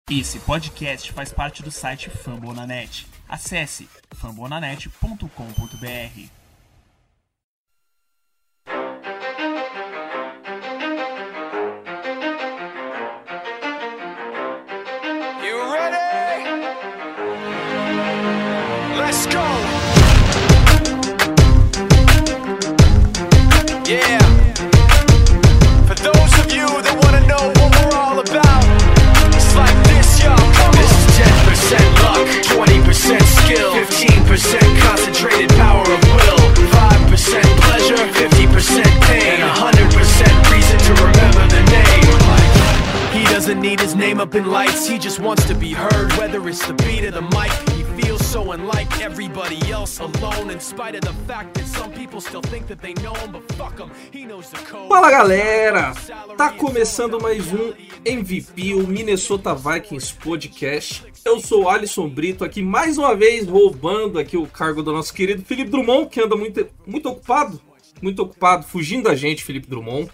Esse podcast faz parte do site Fambonanet. Acesse fambonanet.com.br. You ready? Let's go. Yeah. For those of you that want to know what we're all about, it's like this, yo. This is 10% luck, 20% skill, 15% concentrated power of will, 5% pleasure, 50% pain, and 100% reason to remember the name. He doesn't need his name up in lights, he just wants to be heard, whether it's the beat of the mic. He feels so unlike everybody else, alone, in spite of the fact that some people still think that they know him, but fuck him, he knows the code. Fala galera, tá começando mais um MVP, o Minnesota Vikings Podcast. Eu sou o Alisson Brito aqui mais uma vez roubando aqui o cargo do nosso querido Felipe Drummond, que anda muito ocupado, fugindo da gente, Felipe Drummond.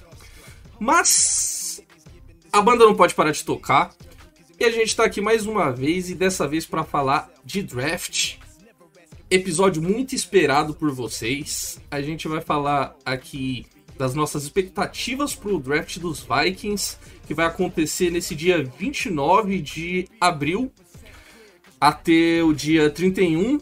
Mas a banda não pode parar de tocar e a gente tá aqui mais uma vez e dessa vez para falar de draft. Episódio muito esperado por vocês. A gente vai falar aqui das nossas expectativas para o draft dos Vikings, que vai acontecer nesse dia 29 de abril até o dia 31.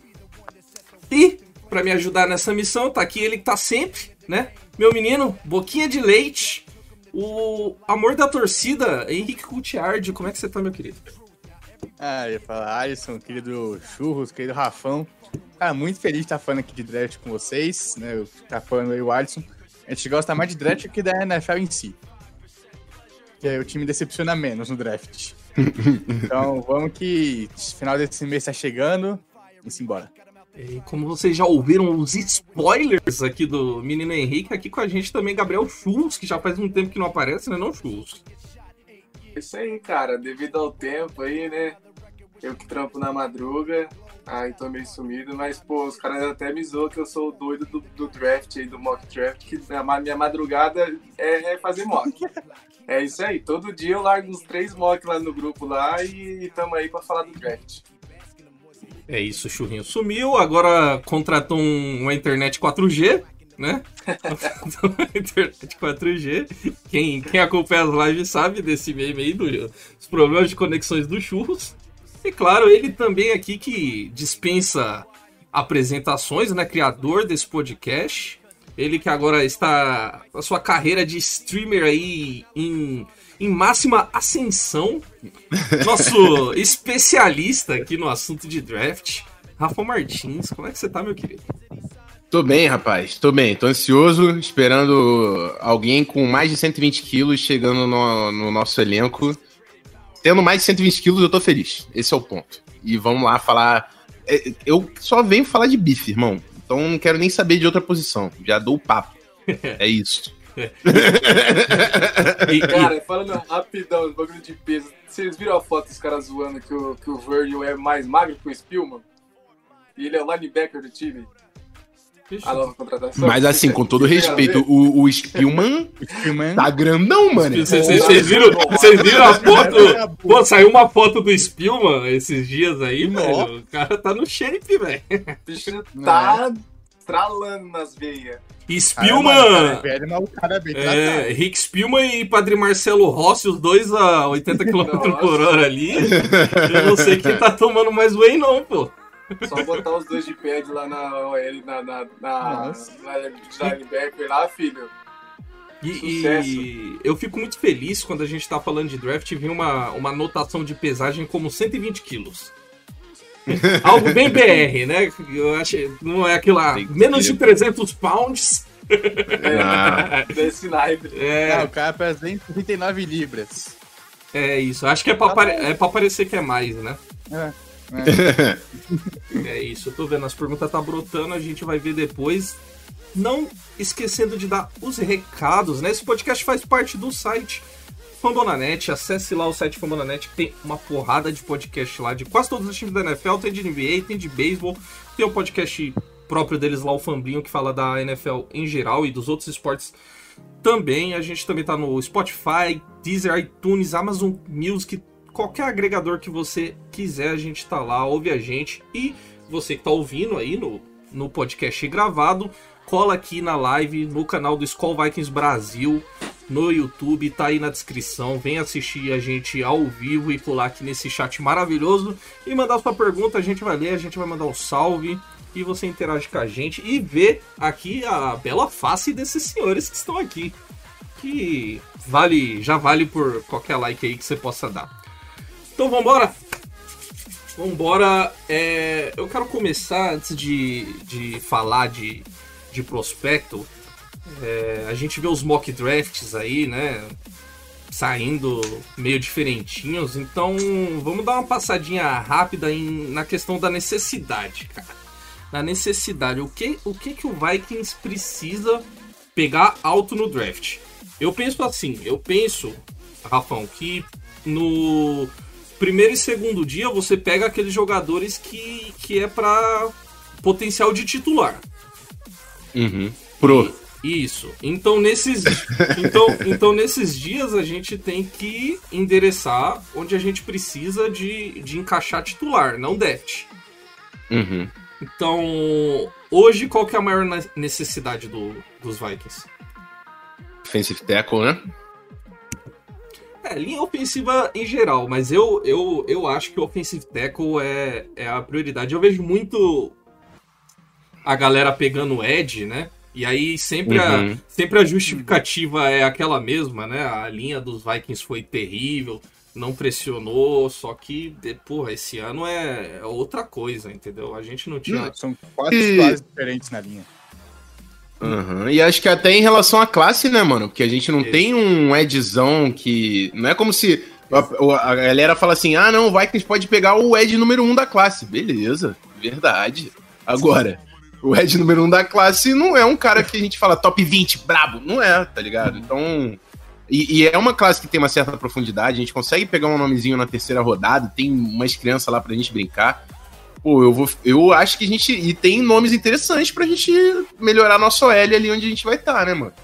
E para me ajudar nessa missão, tá aqui ele que tá sempre, né? Meu menino, boquinha de leite, o amor da torcida, Henrique Gutiardi. Como é que você tá, meu querido? Eu ia falar, Alisson, querido Churros, querido Rafão. Cara, muito feliz de estar falando aqui de draft com vocês, né? Eu tá falando aí o Alisson. A gente gosta mais de draft que da NFL em si. Que aí o time decepciona menos no draft. Então vamos que final desse mês tá chegando e simbora. E como vocês já ouviram os spoilers aqui do menino Henrique, aqui com a gente também Gabriel Churros, que já faz um tempo que não aparece, né, não, Churros? Isso aí, cara, devido ao tempo aí, né, eu que trampo na madruga, aí tô meio sumido, mas, pô, os caras até me zoam que eu sou o doido do draft aí, do mock draft, que a minha madrugada é fazer mock. É isso aí, todo dia eu largo uns 3 mock lá no grupo lá e tamo aí pra falar do draft. É isso, o Churrinho sumiu, agora contratou uma internet 4G, né? Uma internet 4G. Quem acompanha as lives sabe desse meme aí, dos problemas de conexões do Churros. E claro, ele também aqui que dispensa apresentações, né? Criador desse podcast. Ele que agora está na sua carreira de streamer aí em máxima ascensão. Nosso especialista aqui no assunto de draft, Rafa Martins. Como é que você tá, meu querido? Tô bem, rapaz. Tô bem. Tô ansioso, esperando alguém com mais de 120 quilos chegando no nosso elenco. Tendo mais de 120 quilos, eu tô feliz. Esse é o ponto. E vamos lá falar... Eu só venho falar de bife, irmão. Então não quero nem saber de outra posição. Já dou o papo. É isso. Cara, falando rapidão do bagulho de peso, vocês viram a foto dos caras zoando que o Virgil é mais magro que o Spielman? E ele é o linebacker do time? A nova contratação? Mas assim, com todo respeito, o Spielman tá grandão, mano. Vocês viram a foto? Pô, saiu uma foto do Spielman esses dias aí, velho. O cara tá no shape, velho. O bicho tá tralando nas veias. Spielman, Rick Spielman e Padre Marcelo Rossi, os dois a 80 km por hora ali. Eu não sei quem tá tomando mais whey não, pô. Só botar os dois de pad lá na OL, na linebacker lá, filho. E eu fico muito feliz quando a gente tá falando de draft e vem uma anotação de pesagem como 120 quilos. Algo bem BR, né? Eu achei, não é aquilo lá, menos de 300 pounds. Desse naipe. O cara pesa 39 libras. É isso, acho que é pra parecer que é mais, né? É isso, eu tô vendo, as perguntas tá brotando, a gente vai ver depois. Não esquecendo de dar os recados, né? Esse podcast faz parte do site Fambonanet, acesse lá o site Fambonanet, que tem uma porrada de podcast lá, de quase todos os times da NFL, tem de NBA, tem de beisebol, tem um podcast próprio deles lá, o Fambinho, que fala da NFL em geral e dos outros esportes também. A gente também tá no Spotify, Deezer, iTunes, Amazon Music, qualquer agregador que você quiser, a gente tá lá, ouve a gente. E você que tá ouvindo aí no podcast gravado, cola aqui na live, no canal do Skol Vikings Brasil, no YouTube, tá aí na descrição. Vem assistir a gente ao vivo e pular aqui nesse chat maravilhoso e mandar sua pergunta, a gente vai ler, a gente vai mandar um salve e você interage com a gente e vê aqui a bela face desses senhores que estão aqui, que já vale por qualquer like aí que você possa dar. Então vambora? Vambora. Eu quero começar, antes de falar de prospecto, a gente vê os mock drafts aí, né, saindo meio diferentinhos, então vamos dar uma passadinha rápida na questão da necessidade, cara. Na necessidade, o que o Vikings precisa pegar alto no draft? Eu penso, Rafão, que no primeiro e segundo dia você pega aqueles jogadores que é para potencial de titular. Pro. Isso. Então nesses dias a gente tem que endereçar onde a gente precisa de encaixar titular, não depth. Então, hoje qual que é a maior necessidade dos Vikings? Offensive tackle, né? Linha ofensiva em geral, mas eu acho que o offensive tackle é a prioridade. Eu vejo muito a galera pegando edge, né? E aí sempre a justificativa é aquela mesma, né? A linha dos Vikings foi terrível, não pressionou, só que, porra, esse ano é outra coisa, entendeu? A gente não tinha... São 4 situações diferentes na linha. E acho que até em relação à classe, né, mano? Porque a gente não tem um edzão que... Não é como se a galera fala assim, não, o Vikings pode pegar o edge número 1 da classe. Beleza, verdade. Agora... O Ed número 1 da classe não é um cara que a gente fala top 20, brabo. Não é, tá ligado? Então... E é uma classe que tem uma certa profundidade. A gente consegue pegar um nomezinho na terceira rodada. Tem umas crianças lá pra gente brincar. Pô, eu acho que a gente... E tem nomes interessantes pra gente melhorar nosso OL ali onde a gente vai estar, né, mano?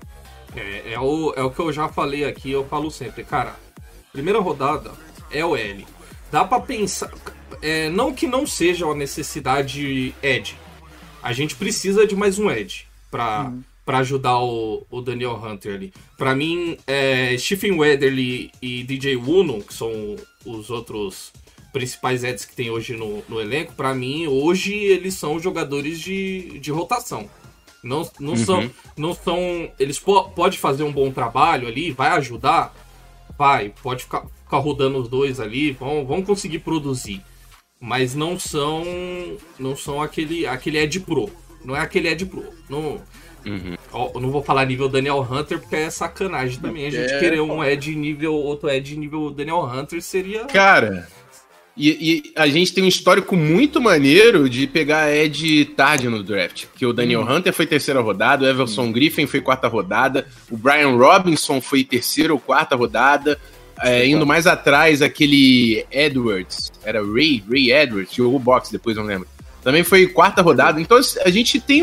É o que eu já falei aqui. Eu falo sempre. Cara, primeira rodada é OL. Dá pra pensar... não que não seja uma necessidade Ed. A gente precisa de mais um edge pra ajudar o Daniel Hunter ali. Pra mim, Stephen Weatherly e DJ Uno, que são os outros principais edges que tem hoje no elenco, pra mim, hoje eles são jogadores de rotação. Não são... Eles podem fazer um bom trabalho ali, vai ajudar? Pode ficar rodando os dois ali, vão conseguir produzir. Mas não são aquele Ed Pro. Não é aquele Ed Pro. Não, eu não vou falar nível Daniel Hunter, porque é sacanagem também. A gente querer um Ed nível, outro Ed nível Daniel Hunter seria... Cara, e a gente tem um histórico muito maneiro de pegar Ed tarde no draft. Porque o Daniel Hunter foi terceira rodada, o Everson Griffin foi quarta rodada, o Brian Robinson foi terceira ou quarta rodada... indo mais atrás, aquele Edwards, era Ray Edwards, jogou boxe depois, não lembro. Também foi quarta rodada. Então a gente tem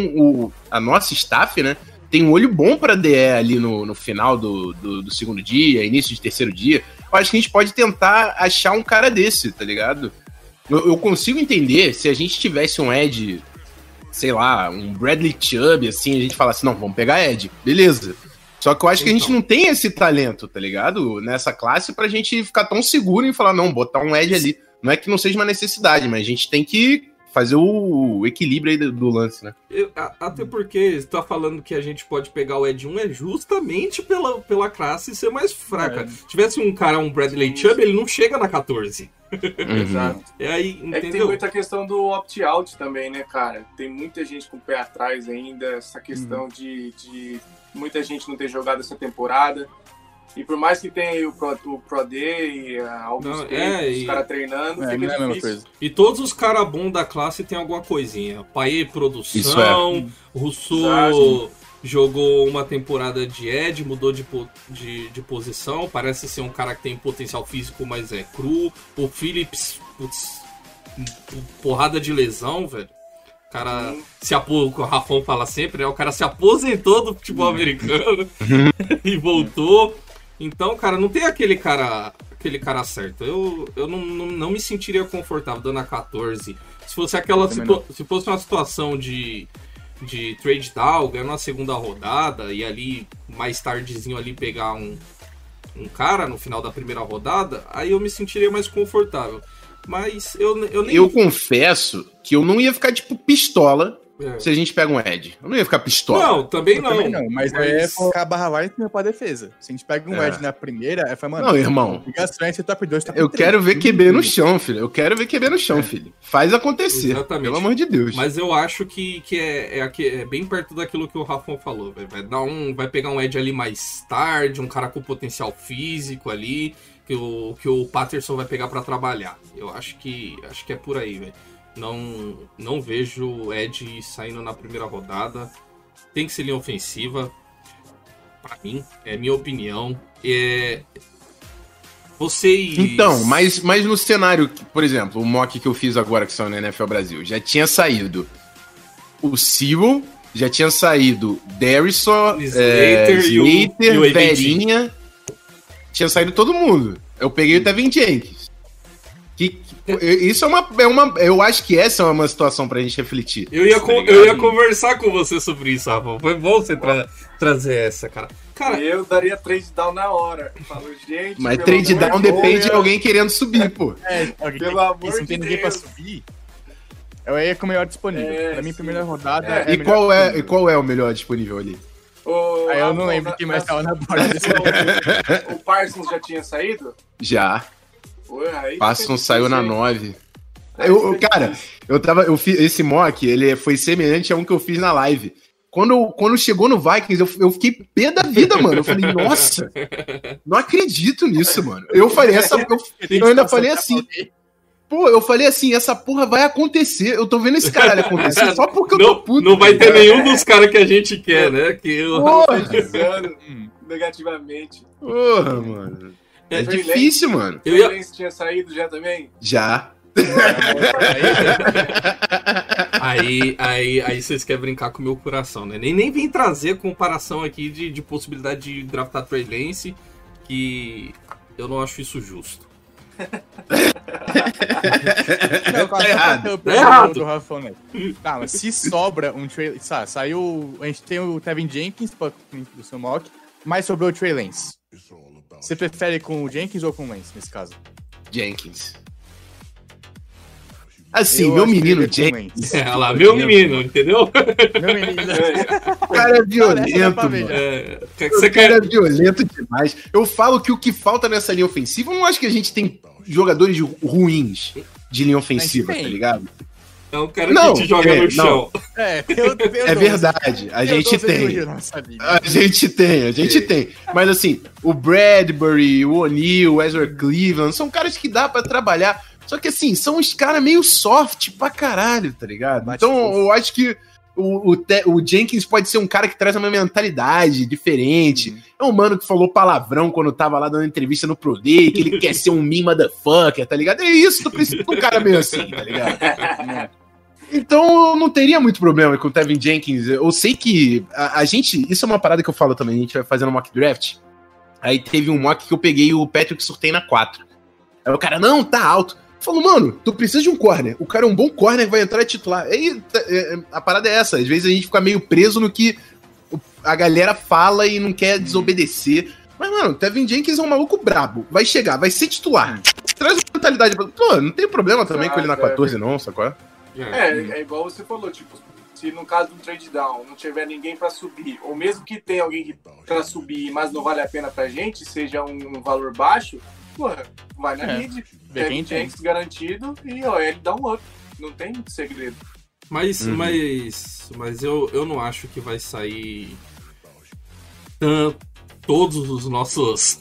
a nossa staff, né? Tem um olho bom pra DE ali no final do segundo dia, início de terceiro dia. Eu acho que a gente pode tentar achar um cara desse, tá ligado? Eu consigo entender se a gente tivesse um Ed, sei lá, um Bradley Chubb, assim, a gente fala assim, não, vamos pegar Ed, beleza. Só que eu acho que a gente não tem esse talento, tá ligado? Nessa classe pra gente ficar tão seguro em falar, não, botar um edge ali. Não é que não seja uma necessidade, mas a gente tem que fazer o equilíbrio aí do lance, né? Até porque você tá falando que a gente pode pegar o Ed 1 é justamente pela classe ser mais fraca. Se tivesse um Bradley Chubb, ele não chega na 14. Exato. Aí, entendeu? Que tem muita questão do opt-out também, né, cara? Tem muita gente com o pé atrás ainda, essa questão de muita gente não ter jogado essa temporada. E por mais que tenha o Pro Day, alguns os caras treinando, fica difícil. A mesma coisa. E todos os caras bons da classe tem alguma coisinha. Paê produção, Rousseau jogou uma temporada de Ed, mudou de posição, parece ser um cara que tem potencial físico, mas é cru. O Phillips, porrada de lesão, velho. O cara o Rafão fala sempre, né? O cara se aposentou do futebol americano e voltou. Então, cara, não tem aquele cara aquele cara certo. Eu não me sentiria confortável dando a 14. Se fosse aquela se fosse uma situação de trade down, ganhar na segunda rodada e ali mais tardezinho ali pegar um cara no final da primeira rodada, aí eu me sentiria mais confortável. Mas eu nem... Eu confesso que eu não ia ficar, tipo, pistola se a gente pega um Edge. Eu não ia ficar pistola. Não, também Eu não. também não, mas aí é colocar a barra wide pra defesa. Se a gente pega um Edge na primeira, mano... Não, irmão. Obrigação é ser top 2, top Eu 3. quero ver QB no chão, filho. Eu quero ver QB no chão, filho. Faz acontecer. Exatamente. Pelo amor de Deus. Mas eu acho que é bem perto daquilo que o Rafão falou. Vai pegar um Edge ali mais tarde, um cara com potencial físico ali, que o Patterson vai pegar pra trabalhar. Eu acho que é por aí, velho. Não vejo o Edge saindo na primeira rodada. Tem que ser linha ofensiva. Pra mim, é minha opinião. Vocês... Então, mas no cenário, por exemplo, o mock que eu fiz agora, que são no NFL Brasil, já tinha saído o Sewell, já tinha saído Darrison, Slater e o Verinha. Tinha saído todo mundo. Eu peguei o Tevin Jenkins. Isso é uma. Eu acho que essa é uma situação pra gente refletir. Eu ia conversar com você sobre isso, Rafa. Foi bom você trazer essa, cara. Eu daria trade down na hora. Falo, gente. Mas trade down depende de alguém querendo subir, pô. Pelo amor se não tem de ninguém pra Deus. subir, eu ia com o melhor disponível. Pra mim, primeira rodada. E qual é o melhor disponível ali? Aí eu não lembro quem mais tava na borda desse O Parsons já tinha saído? Já. Aí Parsons saiu na 9. Cara, Eu fiz esse mock, ele foi semelhante a um que eu fiz na live. Quando chegou no Vikings, eu fiquei pé da vida, mano. Eu falei, nossa, não acredito nisso, mano. Eu ainda falei assim, pô, eu falei assim, essa porra vai acontecer. Eu tô vendo esse caralho acontecer só porque eu tô puto. Não vai ter nenhum dos caras que a gente quer, né? pesquisando negativamente. Porra, mano. É difícil, mano. O Lance tinha saído já também? Já. Aí vocês querem brincar com o meu coração, né? Nem vim trazer comparação aqui de possibilidade de draftar Trey Lance, que eu não acho isso justo. Tá errado. Do Rafa, né? Tá, mas se sobra um Trey... Saiu... A gente tem o Tevin Jenkins do seu mock, mas sobrou o Trey Lance. Você prefere com o Jenkins ou com o Lance, nesse caso? Jenkins. Assim, meu menino Jenkins. Olha lá, meu menino, entendeu? Meu menino. O cara é violento, mano. O cara é violento demais. Eu falo que o que falta nessa linha ofensiva, eu não acho que a gente tem jogadores ruins de linha ofensiva, tá ligado? É um cara que te joga no chão. É verdade, a gente tem. Mas assim, o Bradbury, o O'Neal, o Ezra Cleveland, são caras que dá pra trabalhar. Só que assim, são uns caras meio soft pra caralho, tá ligado? Então eu acho que o Jenkins pode ser um cara que traz uma mentalidade diferente. É um mano que falou palavrão quando tava lá dando entrevista no Pro Day, que ele quer ser um mean motherfucker, tá ligado? É isso, tu precisa de um cara meio assim, tá ligado? Então eu não teria muito problema com o Tevin Jenkins. Eu sei que a gente... Isso é uma parada que eu falo também, a gente vai fazendo mock draft. Aí teve um mock que eu peguei o Patrick Surtain na 4. Aí o cara, não, tá alto. Falou, mano, tu precisa de um corner. O cara é um bom corner, vai entrar titular. Aí a parada é essa. Às vezes a gente fica meio preso no que a galera fala e não quer desobedecer. Mas, mano, o Tevin Jenkins é um maluco brabo. Vai chegar, vai ser titular. Traz uma mentalidade. Pô, não tem problema também com ele na 14, não, sacou? É igual você falou, tipo, se no caso do trade down não tiver ninguém pra subir, ou mesmo que tenha alguém pra subir, mas não vale a pena pra gente, seja um valor baixo, porra, vai na mid, Tevin Jenkins garantido e ó, ele dá um up. Não tem segredo. Mas eu não acho que vai sair todos os nossos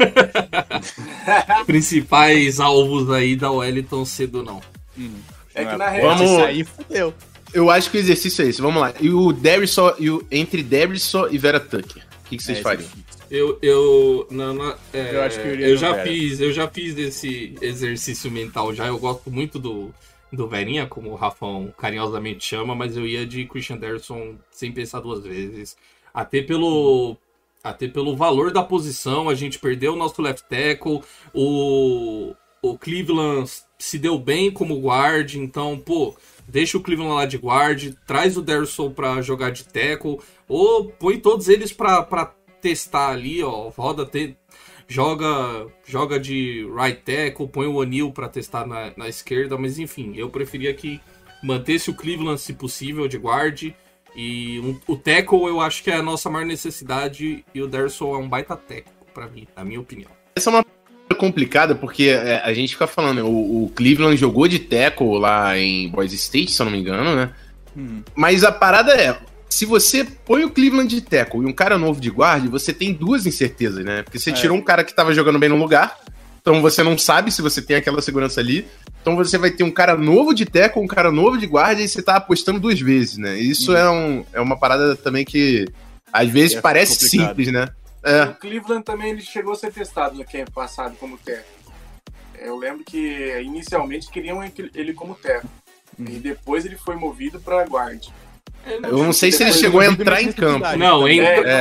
principais alvos aí da OL tão cedo, não. É que na real isso aí fudeu. Eu acho que o exercício é esse. Vamos lá. E o Darrison, entre Darrison e Vera Tucker, o que vocês fariam? Eu acho que eu já fiz esse exercício mental já. Eu gosto muito do Verinha, como o Rafão carinhosamente chama, mas eu ia de Christian Darrison sem pensar duas vezes. Até pelo Até pelo valor da posição, a gente perdeu o nosso left tackle, o Cleveland se deu bem como guard, então, pô, deixa o Cleveland lá de guard, traz o Darrison pra jogar de tackle, ou põe todos eles pra testar ali, ó, joga de right tackle, põe o O'Neal pra testar na esquerda, mas enfim, eu preferia que mantesse o Cleveland, se possível, de guard. E o tackle eu acho que é a nossa maior necessidade, e o Darrison é um baita tackle, pra mim, na minha opinião. Essa é uma coisa complicada, porque a gente fica falando, o Cleveland jogou de tackle lá em Boise State, se eu não me engano, né? Mas a parada é, se você põe o Cleveland de tackle e um cara novo de guard, você tem duas incertezas, né? Porque você tirou um cara que tava jogando bem no lugar, então você não sabe se você tem aquela segurança ali. Então você vai ter um cara novo de tackle, um cara novo de guarda, e você tá apostando duas vezes, né? Isso é uma parada também que às vezes parece complicado. Simples, né? O Cleveland também ele chegou a ser testado no camp passado como tackle. Eu lembro que inicialmente queriam ele como tackle. E depois ele foi movido para guard. Eu não sei se ele chegou a entrar em campo. Não, não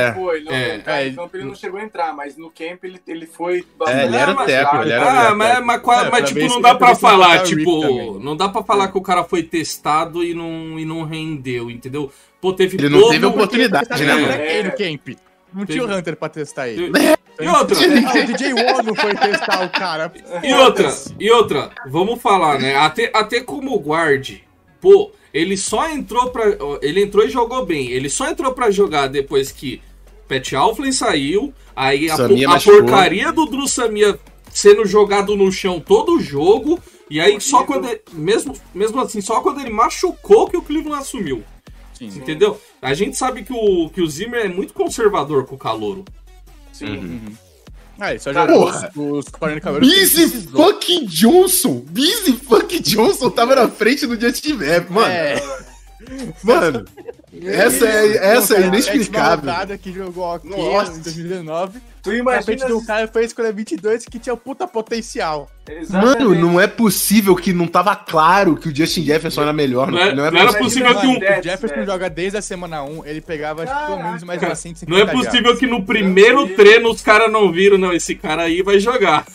foi. Ele não chegou a entrar, mas no camp ele foi bastante. Ele era o tackle. Mas tipo, não dá pra falar, tipo, não dá pra falar que o cara foi testado e não rendeu, entendeu? Pô, ele não teve oportunidade, né, mano? No camp. Não tinha o Hunter pra testar ele. E outra? O DJ Wano foi testar o cara. E outra, vamos falar, né? Até como guard, pô, ele entrou e jogou bem. Ele só entrou pra jogar depois que Pat Elflein saiu, aí a porcaria do Drew Samia sendo jogado no chão todo o jogo, e aí só quando ele, mesmo assim, só quando ele machucou que o Cleveland assumiu. Sim. Entendeu? A gente sabe que o Zimmer é muito conservador com o calouro. Sim. Ele só jogou os 40 cabelos. Busy fucking Johnson tava na frente do Justin Herbert, mano. Mano, essa é inexplicável. Que jogou aqui em 2019. Tu imagina que o cara foi escolher 22 que tinha puta potencial. Exatamente. Mano, não é possível que não tava claro que o Justin Jefferson era melhor. Não era possível que o Jefferson joga desde a semana 1, ele pegava pelo menos mais de 150. Não é possível que no primeiro treino os caras não viram, não, esse cara aí vai jogar.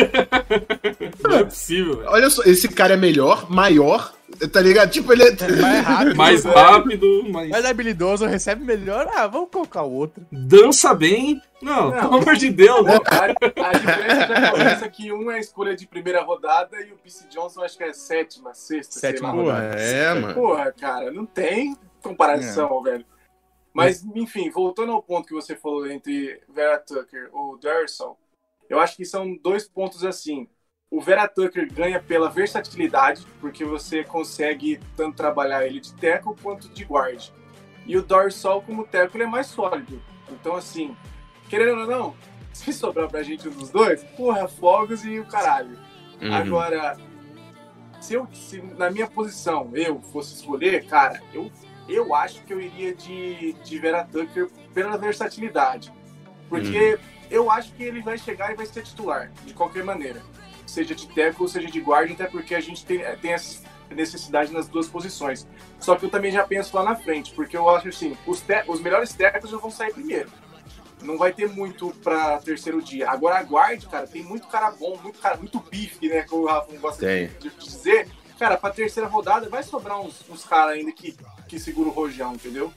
Não é possível, velho. Olha só, esse cara é melhor, maior, tá ligado? Tipo, ele é mais rápido, mais habilidoso, recebe melhor. Vamos colocar o outro. Dança bem. Não, pelo amor de Deus. A diferença já começa que um é a escolha de primeira rodada e o P.C. Johnson acho que é sétima rodada. Mano. Porra, cara, não tem comparação, velho. Mas, enfim, voltando ao ponto que você falou entre Vera Tucker ou Darrison, eu acho que são dois pontos assim. O Vera Tucker ganha pela versatilidade, porque você consegue tanto trabalhar ele de tackle quanto de guard. E o Darrison, como tackle, ele é mais sólido. Então, assim, querendo ou não, se sobrar pra gente um dos dois, porra, fogos e o caralho. Agora, se na minha posição eu fosse escolher, cara, eu acho que eu iria de Vera Tucker pela versatilidade. Porque eu acho que ele vai chegar e vai ser titular, de qualquer maneira. Seja de tackle ou seja de guarda, até porque a gente tem essa necessidade nas duas posições. Só que eu também já penso lá na frente, porque eu acho assim, os melhores tackles já vão sair primeiro. Não vai ter muito pra terceiro dia. Agora a guarda, cara, tem muito cara bom, muito bife, né, que o Rafa gosta de dizer. Cara, pra terceira rodada vai sobrar uns caras ainda que segura o rojão, entendeu?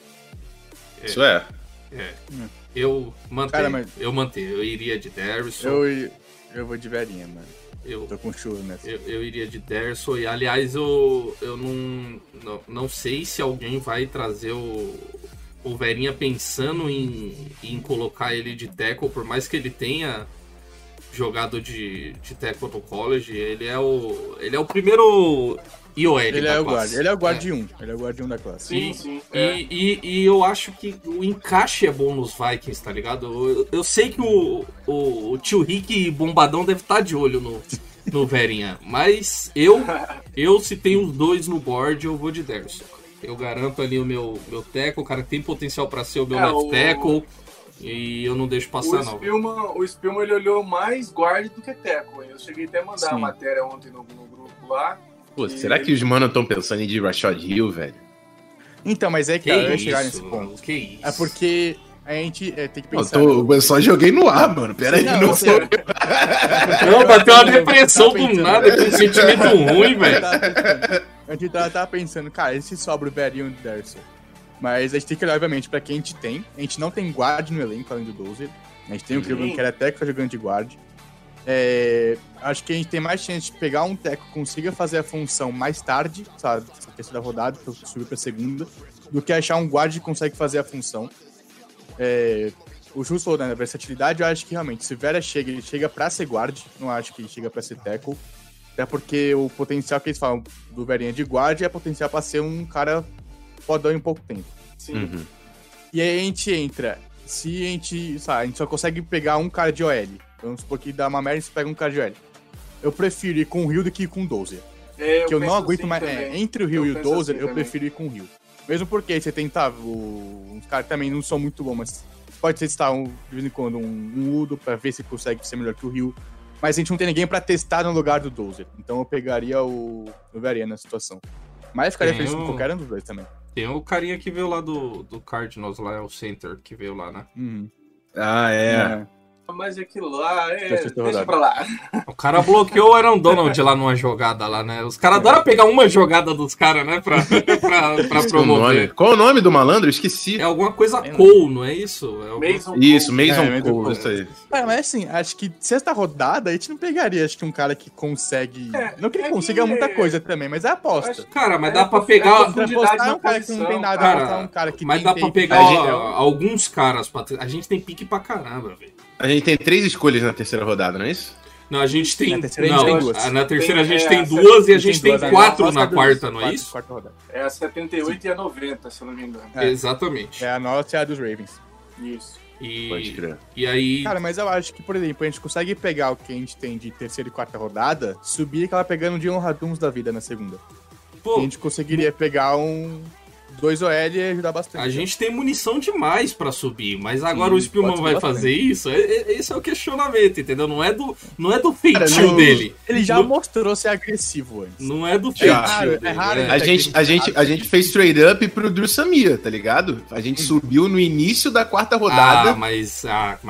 Isso é. Eu mantenho. Eu iria de Darrison. Eu vou de Verinha, mano. Tô com churro nessa. Eu iria de Darrison. E, aliás, eu não sei se alguém vai trazer o Verinha pensando em colocar ele de tackle, por mais que ele tenha jogado de tackle no college. Ele é o primeiro IOL da classe. Ele é o guard 1. Ele é o guard 1 da classe. Sim. E eu acho que o encaixe é bom nos Vikings, tá ligado? Eu sei que o tio Rick bombadão deve estar de olho no Verinha, mas eu se tem os dois no board, eu vou de Darrison. Eu garanto ali o meu tackle, o cara tem potencial pra ser o meu left tackle, e eu não deixo passar, não. O Spielman, ele olhou mais guard do que tackle. Eu cheguei até a mandar a matéria ontem no grupo lá. Pô, será que os manos estão pensando em ir de Rashad Hill, velho? Então, mas é que eu ia chegar nesse ponto. Que isso? É porque A gente tem que Eu, pensar. eu só joguei no ar, mano. Pera aí, não sou eu. Não, bateu uma depressão do nada, com um sentimento ruim, velho. A gente tava pensando, cara, esse sobra o Verinho e o Derson. Mas a gente tem que olhar, obviamente, pra quem a gente tem. A gente não tem guard no elenco, além do Dozer. A gente tem o Cleveland, que era até que tá jogando de guard. Acho que a gente tem mais chance de pegar um teco que consiga fazer a função mais tarde, sabe, essa terceira rodada, pra subir pra segunda, do que achar um guard que consegue fazer a função. O Justo falou, né, na versatilidade, eu acho que realmente, se o Vera chega, ele chega pra ser guard, não acho que ele chega pra ser tackle, até porque o potencial que eles falam do Verinha de guard é potencial pra ser um cara fodão em pouco tempo. Sim. Uhum. E aí a gente entra, se a gente só consegue pegar um cara de OL, vamos supor que dá uma merda e você pega um cara de OL. Eu prefiro ir com o Hill do que ir com o Dozer. Que eu não aguento mais. Entre o Hill e o Dozer, eu prefiro ir com o Hill. Mesmo porque você tem, os caras também não são muito bons, mas pode testar de vez em quando um Udo pra ver se consegue ser melhor que o Hill. Mas a gente não tem ninguém pra testar no lugar do Dozer. Então eu pegaria o Verinha na situação. Mas ficaria feliz com qualquer um dos dois também. Tem o carinha que veio lá do Cardinals, lá, é o center que veio lá, né? Uhum. Ah, é. Mas aquilo lá, deixa pra lá. O cara bloqueou o Aaron Donald lá numa jogada lá, né? Os caras adoram pegar uma jogada dos caras, né? Pra promover. Qual o nome do malandro? Esqueci. É alguma coisa Cole, não é isso? Isso, Mason Cole, isso aí. Mas assim, acho que sexta rodada a gente não pegaria, acho que um cara que consegue... não que ele consiga muita coisa também, mas é aposta. Cara, mas dá pra pegar... Apostar um cara que não tem nada, cara, um cara que mas dá pra pegar alguns caras. A gente tem pique pra caramba, velho. A gente tem 3 escolhas na terceira rodada, não é isso? Não, a gente tem. Na terceira a gente tem duas. Na terceira a gente tem 2 e a gente tem 4 na quarta, não é isso? É a 78 e a 90, se eu não me engano. Exatamente. É a nossa e a dos Ravens. Isso. Pode crer. E aí. Cara, mas eu acho que, por exemplo, a gente consegue pegar o que a gente tem de terceira e quarta rodada, subir e acabar pegando de Raduns da vida na segunda. Pô, a gente conseguiria pegar 2 OL e ajudar bastante. A gente tem munição demais pra subir, mas agora o Spielman vai fazer isso? Esse é o questionamento, entendeu? Não é do feitio dele. Ele já mostrou ser agressivo antes. Não é do feitio dele. É raro. A gente fez trade up pro Drew Samia, tá ligado? A gente subiu no início da quarta rodada. Mas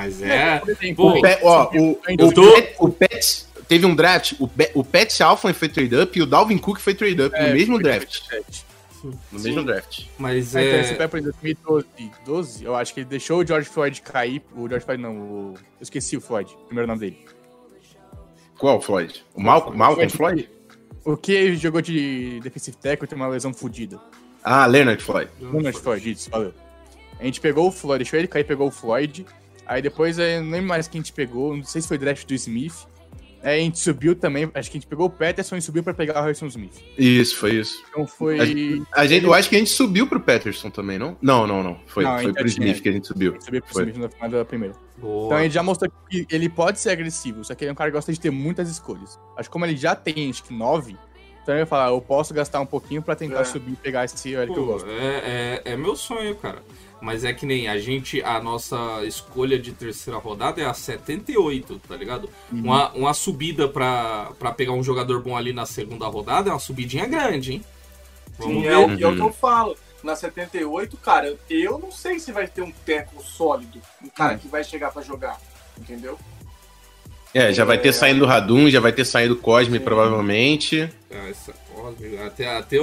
O Pet... Teve um draft, o Pat Alford foi trade up e o Dalvin Cook foi trade up no mesmo draft. No mesmo draft. Mas então, você pega, por exemplo, 2012, eu acho que ele deixou o George Floyd cair. O George Floyd não, eu esqueci o Floyd, o primeiro nome dele. Qual Floyd? O Malcolm Floyd? O que jogou de defensive tackle tem uma lesão fodida. Ah, Leonard Floyd. Leonard Floyd, isso, valeu. A gente pegou o Floyd, deixou ele cair, pegou o Floyd. Aí depois, eu não lembro mais quem a gente pegou, não sei se foi o draft do Smith. A gente subiu também, acho que a gente pegou o Patterson e subiu pra pegar o Harrison Smith. Isso, foi isso. Então foi... Eu acho que a gente subiu pro Patterson também, não? Não. Foi pro Smith que a gente subiu. A gente subiu pro Smith na final da primeira. Boa. Então a gente já mostrou que ele pode ser agressivo, só que ele é um cara que gosta de ter muitas escolhas. Acho que como ele já tem, acho que 9, então ele vai falar, eu posso gastar um pouquinho pra tentar subir e pegar esse OL que eu gosto. É meu sonho, cara. Mas é que nem a nossa escolha de terceira rodada é a 78, tá ligado? Uhum. Uma subida pra pegar um jogador bom ali na segunda rodada é uma subidinha grande, hein? Sim, é o que eu falo. Na 78, cara, eu não sei se vai ter um tackle sólido, um cara que vai chegar pra jogar, entendeu? Já vai ter saído o Radum, já vai ter saído o Cosme, provavelmente. Essa Cosme, até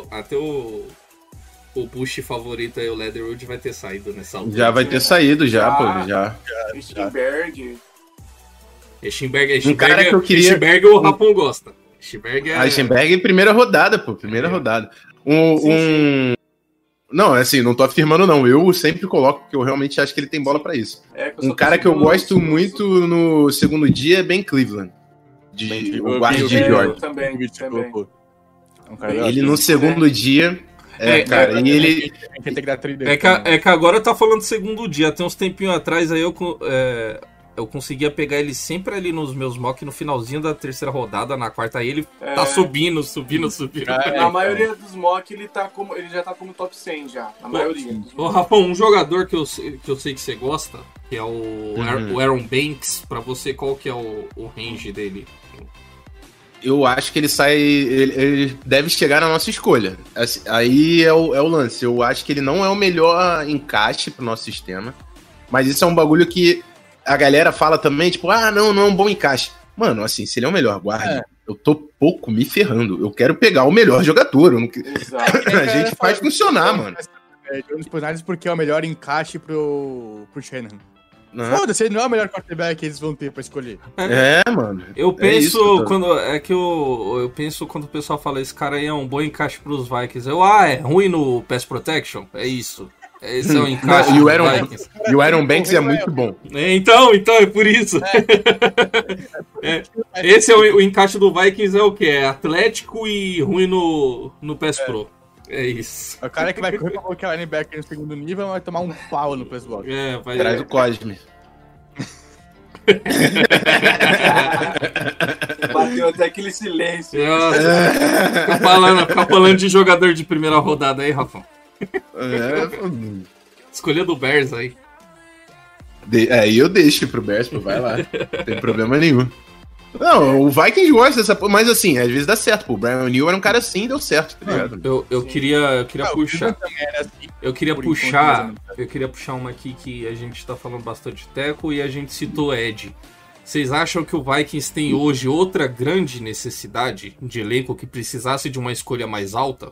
o push favorito aí, o Leatherwood, vai ter saído nessa altura. Já vai ter saído, já. Schimberg. Um cara que eu queria... Schimberg o Rapon gosta. Schimberg em primeira rodada, primeira rodada. Não, assim, não tô afirmando não. Eu sempre coloco, porque eu realmente acho que ele tem bola pra isso. Um cara que eu gosto muito no segundo dia é Ben Cleveland. O guarda de Georgia. Também. Ele no segundo dia... cara, e ele... É que agora tá falando segundo dia. Tem uns tempinhos atrás aí eu conseguia pegar ele sempre ali nos meus mock no finalzinho da terceira rodada, na quarta aí ele tá subindo. Na maioria dos mock ele já tá como top 100 já, na maioria. Ô, Rafão, um jogador que eu sei que você gosta, que é o Aaron Banks, pra você qual que é o range dele? Eu acho que ele deve chegar na nossa escolha. Aí é o lance. Eu acho que ele não é o melhor encaixe pro nosso sistema. Mas isso é um bagulho que a galera fala também, tipo, não é um bom encaixe. Mano, assim, se ele é o melhor guarda, eu tô pouco me ferrando. Eu quero pegar o melhor jogador. Eu não... A gente faz funcionar, mano. Porque é o melhor encaixe pro Shanahan. Foda-se, ele não é o melhor quarterback que eles vão ter pra escolher. Mano. Eu penso eu penso quando o pessoal fala esse cara aí é um bom encaixe pros Vikings. É ruim no pass protection? É isso. Esse é o encaixe dos Vikings. E o Aaron Banks é muito bom. Então, é por isso. Esse é o encaixe do Vikings é o quê? É atlético e ruim no pass pro. É isso. O cara que vai correr pra bloquear o linebacker no segundo nível vai tomar um pau no pass block. Traz o Cosme. Bateu até aquele silêncio. Fica falando de jogador de primeira rodada aí, Rafa. Escolha do Bears aí. Eu deixo pro Bears, vai lá. Não tem problema nenhum. Não, o Vikings gosta dessa... Mas assim, às vezes dá certo, pô. O Brian O'Neill era um cara assim e deu certo, tá ligado? Eu queria puxar... Eu queria puxar uma aqui que a gente tá falando bastante de tackle e a gente citou Ed. Vocês acham que o Vikings tem hoje outra grande necessidade de elenco que precisasse de uma escolha mais alta?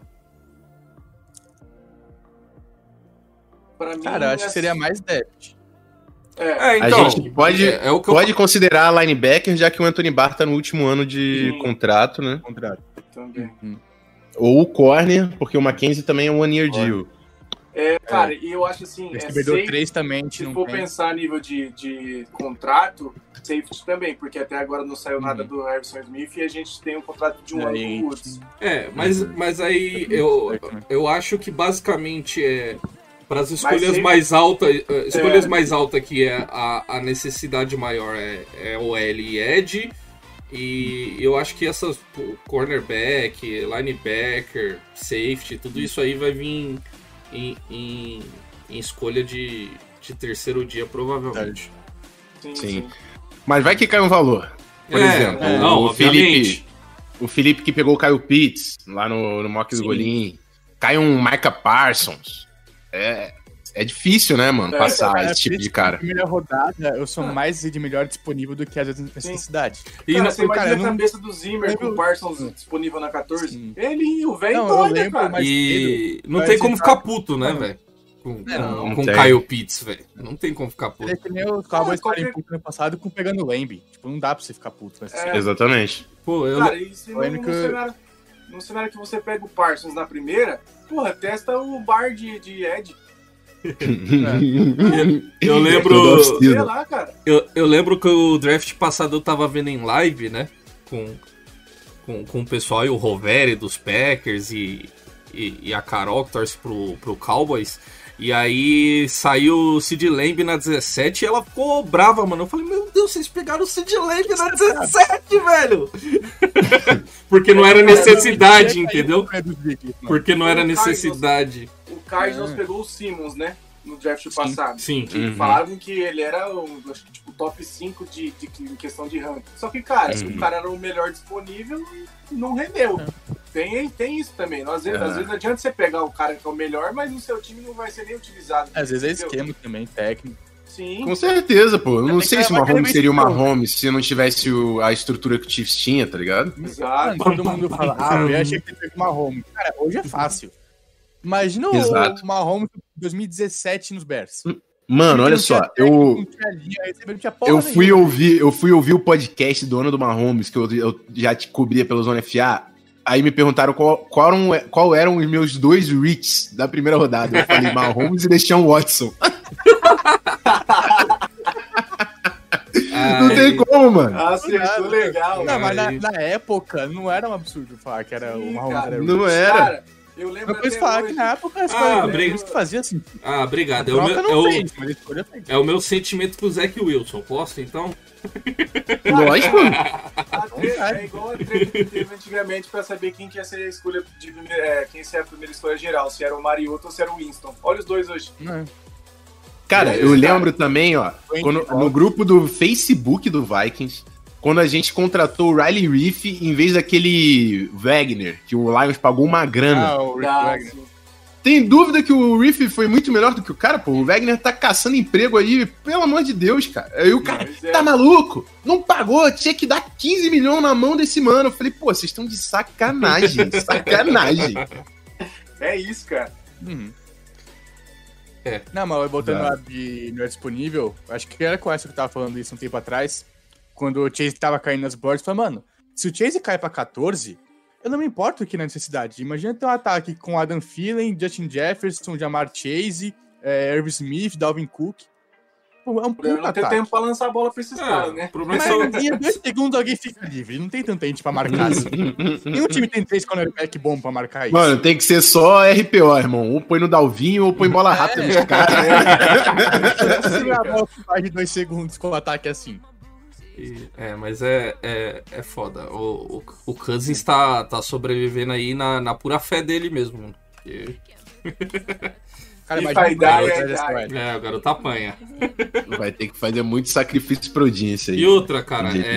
Pra mim, cara, eu acho que seria mais depth. Então, a gente pode considerar linebacker, já que o Anthony Barr tá no último ano de contrato, né? Também. Ou o corner, porque o Mackenzie também é um one-year deal. Cara, e eu acho assim... três também, se for pensar a nível de contrato, safety também, porque até agora não saiu nada do Harrison Smith e a gente tem um contrato de um ano com o Woods. Mas aí eu acho que basicamente para as escolhas mais altas, mais altas que é a necessidade maior é o L e Edge, e eu acho que essas cornerback, linebacker, safety, tudo isso aí vai vir em escolha de terceiro dia, provavelmente. Sim. Mas vai que cai um valor. Por exemplo, o Felipe que pegou o Kyle Pitts lá no mock do Golim, cai um Micah Parsons. É difícil, né, mano, passar esse tipo de cara. Na primeira rodada, eu sou mais de melhor disponível do que às vezes necessidade. Cara, você imagina a cabeça do Zimmer com o Parsons disponível na 14? Sim. Ele, o velho doido, cara. E não tem como ficar puto, né, velho? Com Kyle Pitts, velho. Não tem como ficar puto. É que nem o Cowboys ficaram puto no passado pegando o Lamb. Tipo, não dá pra você ficar puto. Exatamente. Cara, e se no cenário que você pega o Parsons na primeira, porra, testa o bar de Ed. Eu lembro. Sei lá, cara. Eu lembro que o draft passado eu tava vendo em live, né? Com o pessoal e o Roveri dos Packers e a Carol que torce pro Cowboys. E aí saiu o Sid Lamb na 17 e ela ficou brava, mano. Eu falei, meu Deus, vocês pegaram o Sid Lamb na 17, velho! Porque não era necessidade, entendeu? Porque não era necessidade. O Cardinals pegou o Simmons, né? No draft passado. Sim. Falavam que ele era acho que, tipo, top 5 em questão de ranking. Só que, cara, o cara era o melhor disponível e não rendeu. Tem isso também. Às vezes não adianta você pegar o cara que é o melhor, mas o seu time não vai ser nem utilizado. Às vezes é esquema também, técnico. Sim. Com certeza, pô. Eu não sei se o Mahomes seria o Mahomes se não tivesse a estrutura que o Chiefs tinha, tá ligado? Exato. Todo mundo fala, eu achei que ele pegou o Mahomes. Cara, hoje é fácil. Imagina o Mahomes em 2017 nos Bears. Mano, olha só, eu fui ouvir o podcast do ano do Mahomes, que eu já te cobria pelo Zona FA. Aí me perguntaram qual eram os meus 2 reads da primeira rodada. Eu falei Mahomes e Deshaun Watson. Não tem como, mano. Acertou legal. Não, mas na época não era um absurdo falar que era o Mahomes. Cara, não era. Cara, eu lembro depois falar que na época que fazia assim. Obrigado. É o meu sentimento pro Zach Wilson. Posso, então? Lógico. É igual a treta que teve antigamente pra saber quem que ia ser a escolha quem ia ser a primeira escolha geral, se era o Mariota ou se era o Winston. Olha os dois hoje. Cara, eu lembro também, ó, no grupo do Facebook do Vikings, quando a gente contratou o Riley Reef em vez daquele Wagner, que o Lions pagou uma grana. O Rick Wagner. Tem dúvida que o Riff foi muito melhor do que o cara, pô? O Wagner tá caçando emprego aí, pelo amor de Deus, cara. Aí o cara, tá maluco? Não pagou, tinha que dar 15 milhões na mão desse mano. Eu falei, pô, vocês estão de sacanagem, sacanagem. É isso, cara. Não, mas voltando lá de não é disponível, acho que era com essa que eu tava falando isso um tempo atrás, quando o Chase tava caindo nas boards, eu falei, mano, se o Chase cai pra 14, eu não me importo aqui na necessidade. Imagina ter um ataque com Adam Thielen, Justin Jefferson, Jamar Chase, Irv Smith, Dalvin Cook. Pô, é um puta Não tem ataque. tempo pra lançar a bola pra esses caras, né? O problema Mas é só... em 2 segundos alguém fica livre, não tem tanta gente pra marcar assim. Nenhum time tem 3 cornerback bom pra marcar isso. Mano, tem que ser só RPO, irmão. Ou põe no Dalvinho ou põe bola rápida nos caras. Se a bola faz de 2 segundos com o ataque assim. Mas é foda. O Cousins tá sobrevivendo aí na pura fé dele mesmo, mano. Porque... Cara, E mas vai dar, o garoto apanha. Vai ter que fazer muito sacrifício pro Odin isso aí. E outra, cara, De jeito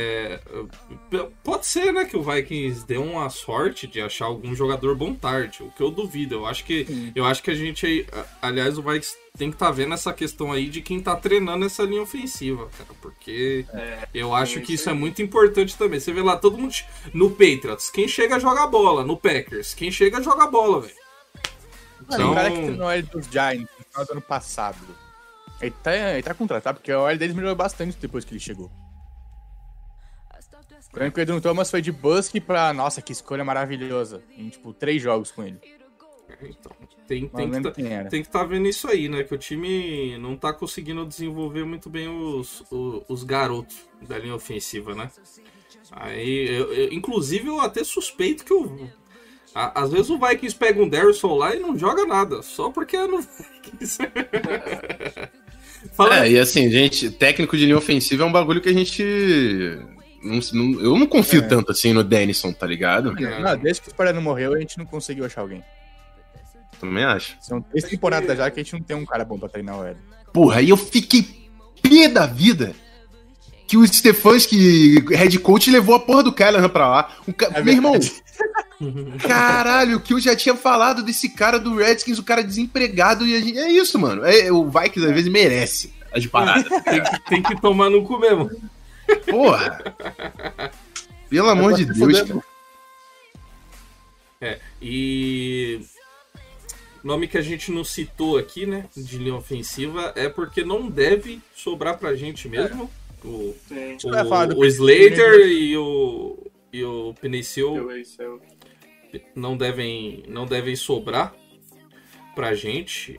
pode ser, né, que o Vikings dê uma sorte de achar algum jogador bom tarde, o que eu duvido. Eu acho que a gente, aliás, o Vikings tem que estar vendo essa questão aí de quem tá treinando essa linha ofensiva, cara, porque eu acho que isso é muito importante também. Você vê lá, todo mundo no Patriots, quem chega joga bola, no Packers, quem chega joga bola, velho. Mano, o cara que treinou a L dos Giants no final do ano passado, ele tá contratado, porque a OL deles melhorou bastante depois que ele chegou. Quando o Edwin Thomas foi de Busk pra... Nossa, que escolha maravilhosa. Em, 3 jogos com ele. Então, tem que estar vendo isso aí, né? Que o time não tá conseguindo desenvolver muito bem os garotos da linha ofensiva, né? Aí, inclusive, eu até suspeito que às vezes o Vikings pega um Darrison lá e não joga nada, só porque é no Vikings. E assim, gente, técnico de linha ofensiva é um bagulho que a gente... eu não confio tanto assim no Dennison, tá ligado? Não, desde que o Spurrier morreu, a gente não conseguiu achar alguém. Também acho. São 3 temporadas já que a gente não tem um cara bom pra treinar o L. Porra, aí eu fiquei pé da vida que o Stefanski, head coach, levou a porra do Callahan pra lá. Meu irmão, caralho, o que eu já tinha falado desse cara do Redskins, o cara desempregado, e é isso, mano. O Vikings às vezes merece as paradas. tem que tomar no cu mesmo. Porra. Pelo amor de Deus, cara. E... nome que a gente não citou aqui, né, de linha ofensiva, é porque não deve sobrar pra gente mesmo. O Slater e o Penicil não devem sobrar pra gente.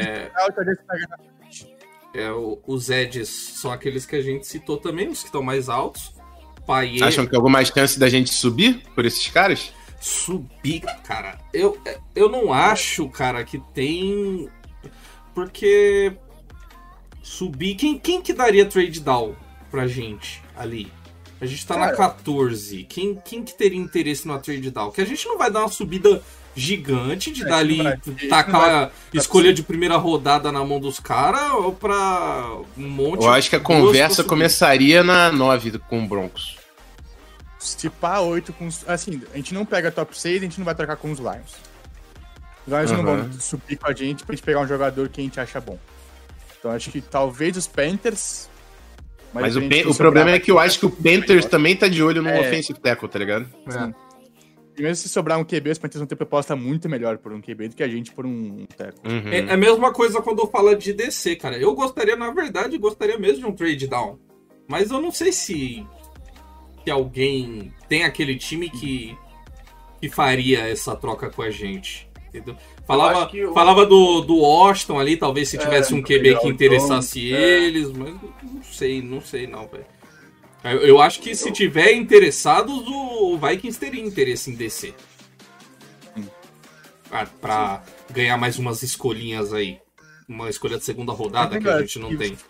Os Eds são aqueles que a gente citou também, os que estão mais altos. Paier... Acham que tem alguma chance da gente subir por esses caras? Subir, cara. Eu não acho, cara, que tem. Porque subir. Quem que daria trade down pra gente ali? A gente tá na 14. Quem que teria interesse no trade down? Que a gente não vai dar uma subida gigante de dar ali, tacar a escolha de primeira rodada na mão dos caras ou pra um monte. Eu acho que a conversa começaria na 9 com o Broncos. Se pá 8 com os... Assim, a gente não pega top 6, a gente não vai trocar com os Lions. Os Lions não vão subir com a gente pra gente pegar um jogador que a gente acha bom. Então acho que talvez os Panthers... Mas o problema é que eu acho que o Panthers também tá de olho no offensive tackle, tá ligado? Sim. E mesmo se sobrar um QB, os Panthers vão ter proposta muito melhor por um QB do que a gente por um tackle. É a mesma coisa quando eu falo de DC, cara. Eu gostaria, na verdade, mesmo de um trade down. Mas eu não sei se alguém tem aquele time que faria essa troca com a gente. Entendeu? Falava do Washington ali, talvez se tivesse um QB que interessasse eles, mas não sei não, velho. Eu acho que se tiver interessados, o Vikings teria interesse em descer. Pra ganhar mais umas escolhinhas aí. Uma escolha de segunda rodada que a gente não tem.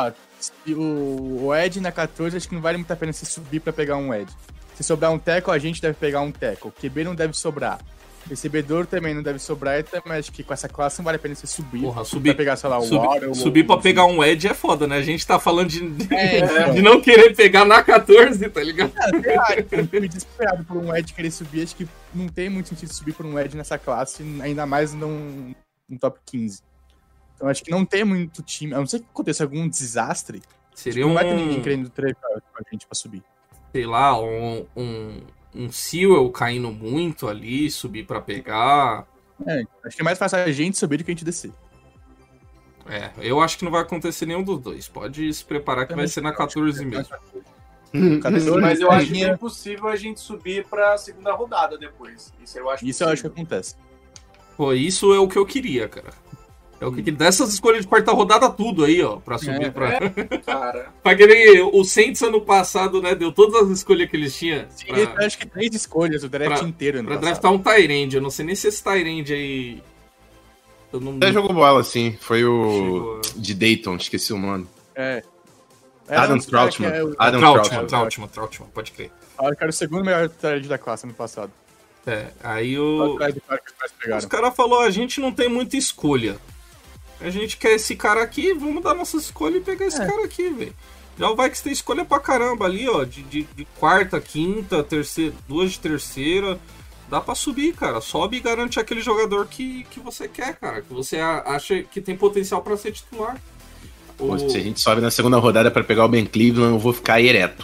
O Ed na 14, acho que não vale muito a pena se subir pra pegar um Ed. Se sobrar um tackle, a gente deve pegar um tackle. O QB não deve sobrar. Recebedor também não deve sobrar, mas acho que com essa classe não vale a pena você subir. Porra, Pra pegar, sei lá, o Water. subir pra pegar um Edge é foda, né? A gente tá falando então. de não querer pegar na 14, tá ligado? Eu fui desesperado por um Edge querer subir, acho que não tem muito sentido subir por um Edge nessa classe, ainda mais num top 15. Então acho que não tem muito time, a não ser que aconteça algum desastre, Seria não vai ter ninguém querendo trepar com a gente pra subir. Sei lá, um Sewell caindo muito ali, subir pra pegar. Acho que é mais fácil a gente subir do que a gente descer. Eu acho que não vai acontecer nenhum dos dois. Pode se preparar que vai ser na 14 mesmo. Mas eu acho que é impossível a gente subir pra segunda rodada depois. Isso eu acho que acontece. Pô, isso é o que eu queria, cara. É o que eu queria. Dessas escolhas de quarta rodada, tudo aí, ó, pra subir pra... Cara. Pra querer, o Saints ano passado, né, deu todas as escolhas que eles tinham. Eu acho que 3 escolhas, o draft inteiro. Pra draftar um Tyrande. Eu não sei nem se esse Tyrande aí... Até jogou bola, sim. Foi o de Dayton, esqueci o nome. Adam Trautman. Trautman, pode crer. Falaram que era o segundo melhor Tyrande da classe ano passado. Aí os caras falaram, a gente não tem muita escolha. A gente quer esse cara aqui, vamos dar nossa escolha e pegar esse cara aqui, velho. Já o Vikings tem escolha pra caramba ali, ó. De quarta, quinta, terceira, 2 de terceira. Dá pra subir, cara. Sobe e garante aquele jogador que você quer, cara. Que você acha que tem potencial pra ser titular. Pô, se a gente sobe na segunda rodada pra pegar o Ben Cleveland, eu vou ficar ereto.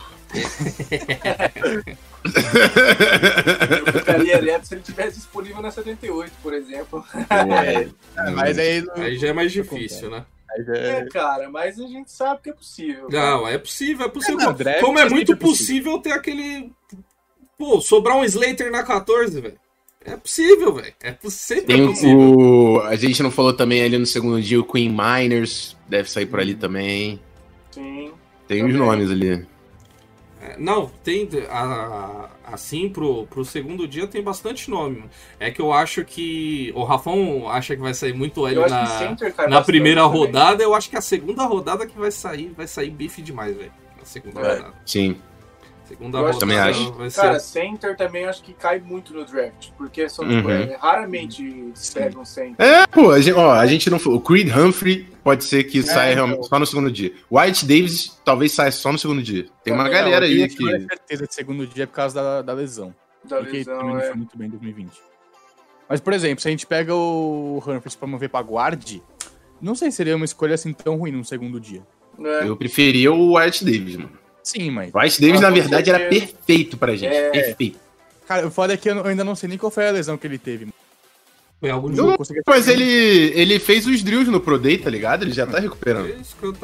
Eu ficaria ereto se ele tivesse disponível na 78, por exemplo. Mas aí já é mais difícil, né? Cara, mas a gente sabe que é possível. Não, é possível. Draft, como é muito possível ter aquele... Pô, sobrar um Slater na 14, velho. É possível, velho. Sempre possível. A gente não falou também ali no segundo dia, o Queen Miners deve sair por ali também. Sim. Tem os nomes ali. Não, tem... Assim, pro segundo dia tem bastante nome. É que eu acho que... O Rafão acha que vai sair muito L na primeira rodada. Eu acho que a segunda rodada que vai sair bife demais, velho. Na segunda rodada. Sim. Segunda rodada também acho. Vai ser... Cara, center também acho que cai muito no draft. Porque são, raramente pegam center. Pô, a gente não falou. O Creed Humphrey pode ser que saia só no segundo dia. White Davis talvez saia só no segundo dia. Tem uma galera aí que... Eu tenho certeza de segundo dia por causa da lesão. Porque também não foi muito bem em 2020. Mas, por exemplo, se a gente pega o Humphries pra mover pra guard, não sei se seria uma escolha assim tão ruim no segundo dia. Eu preferia o White Davis, mano. Sim, mas... O White Davis, na verdade, era perfeito pra gente. Perfeito. Cara, o foda é que eu ainda não sei nem qual foi a lesão que ele teve. Foi algum jogo. Mas ele fez os drills no Pro Day, tá ligado? Ele já tá recuperando. Isso que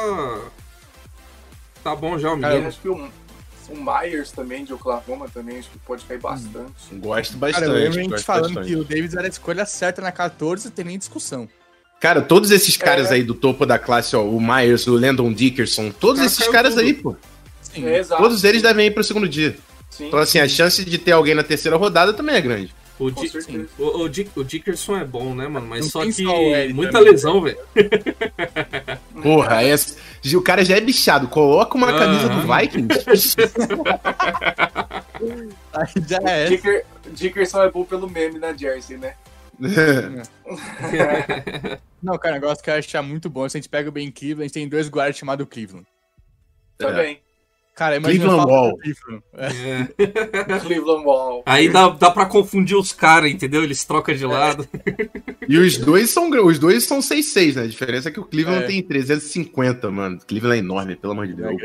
tá bom já, o menino. Acho que o Myers também, de Oklahoma, também, acho que pode cair bastante. Gosto bastante. Cara, eu lembro a gente falando que o Davis era a escolha certa na 14, não tem nem discussão. Cara, todos esses caras aí do topo da classe, ó, o Myers, o Landon Dickerson, todos esses caras aí, pô. Sim. Todos eles devem ir pro segundo dia. Sim, então, assim, a chance de ter alguém na terceira rodada também é grande. O Dickerson é bom, né, mano? Mas não só que muita também, lesão, velho. Porra, o cara já é bichado. Coloca uma camisa do Vikings. Aí já é. Dickerson é bom pelo meme na Jersey, né? Não, cara, o negócio que eu achar muito bom. Se a gente pega o Ben Cleveland, a gente tem 2 guardas chamados Cleveland. Também. Cara, imagina Cleveland Wall. Cleveland Wall. Aí dá pra confundir os caras, entendeu? Eles trocam de lado. E os dois são 6'6", né? A diferença é que o Cleveland tem 350, mano. O Cleveland é enorme, pelo amor de Deus.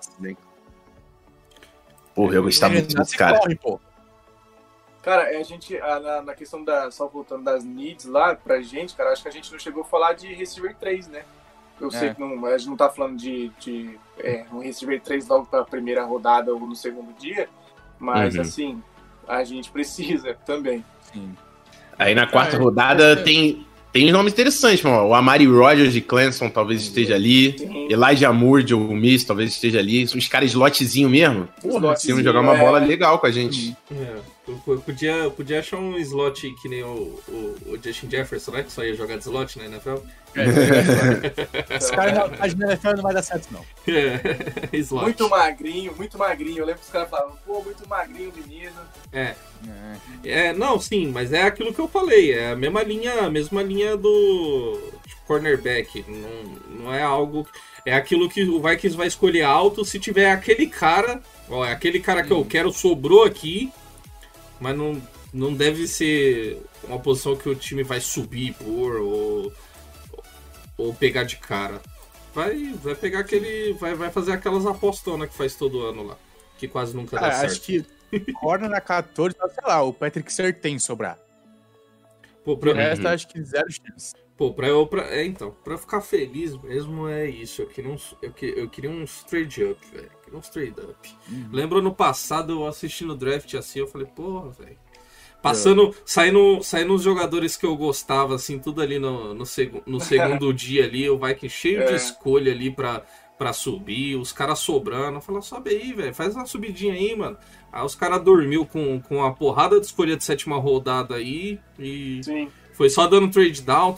Porra, eu gostava muito desse cara. Cara, a gente, na questão só voltando das needs lá, pra gente, cara, acho que a gente não chegou a falar de receiver 3, né? Eu sei que a gente não tá falando de um receiver 3 logo pra primeira rodada ou no segundo dia, mas, assim, a gente precisa também. Sim. Aí na quarta rodada tem nomes interessantes, mano. O Amari Rodgers de Clemson talvez esteja ali. Sim. Elijah Moore de Ole Miss talvez esteja ali. São os caras slotzinho mesmo. Porra, precisam jogar uma bola legal com a gente. Podia achar um slot que nem o Justin Jefferson, né? Que só ia jogar de slot na NFL. Esse cara na NFL não vai dar certo, não. Slot. Muito magrinho. Eu lembro que os caras falavam, pô, muito magrinho o menino. Não, sim, mas é aquilo que eu falei. É a mesma linha do cornerback. Não é algo... É aquilo que o Vikings vai escolher alto se tiver aquele cara... Ó, é aquele cara que eu quero, sobrou aqui, mas não deve ser uma posição que o time vai subir por ou pegar de cara. Vai pegar aquele... Vai fazer aquelas apostonas que faz todo ano lá, que quase nunca dá certo. Acho que corner na 14, sei lá, o Patrick Surtain sobrar. Pô, O resto, acho que 0 chance. Pô, pra eu ficar feliz mesmo é isso. Eu queria uns trade up, velho. Uns trade up. Lembro ano passado eu assistindo o draft assim, eu falei, porra, velho. Saindo os jogadores que eu gostava, assim, tudo ali no segundo dia ali, o Vikings cheio de escolha ali pra subir, os caras sobrando. Eu falei, sobe aí, velho, faz uma subidinha aí, mano. Aí os caras dormiu com a porrada de escolha de 7ª rodada aí e... Sim. Foi só dando trade down.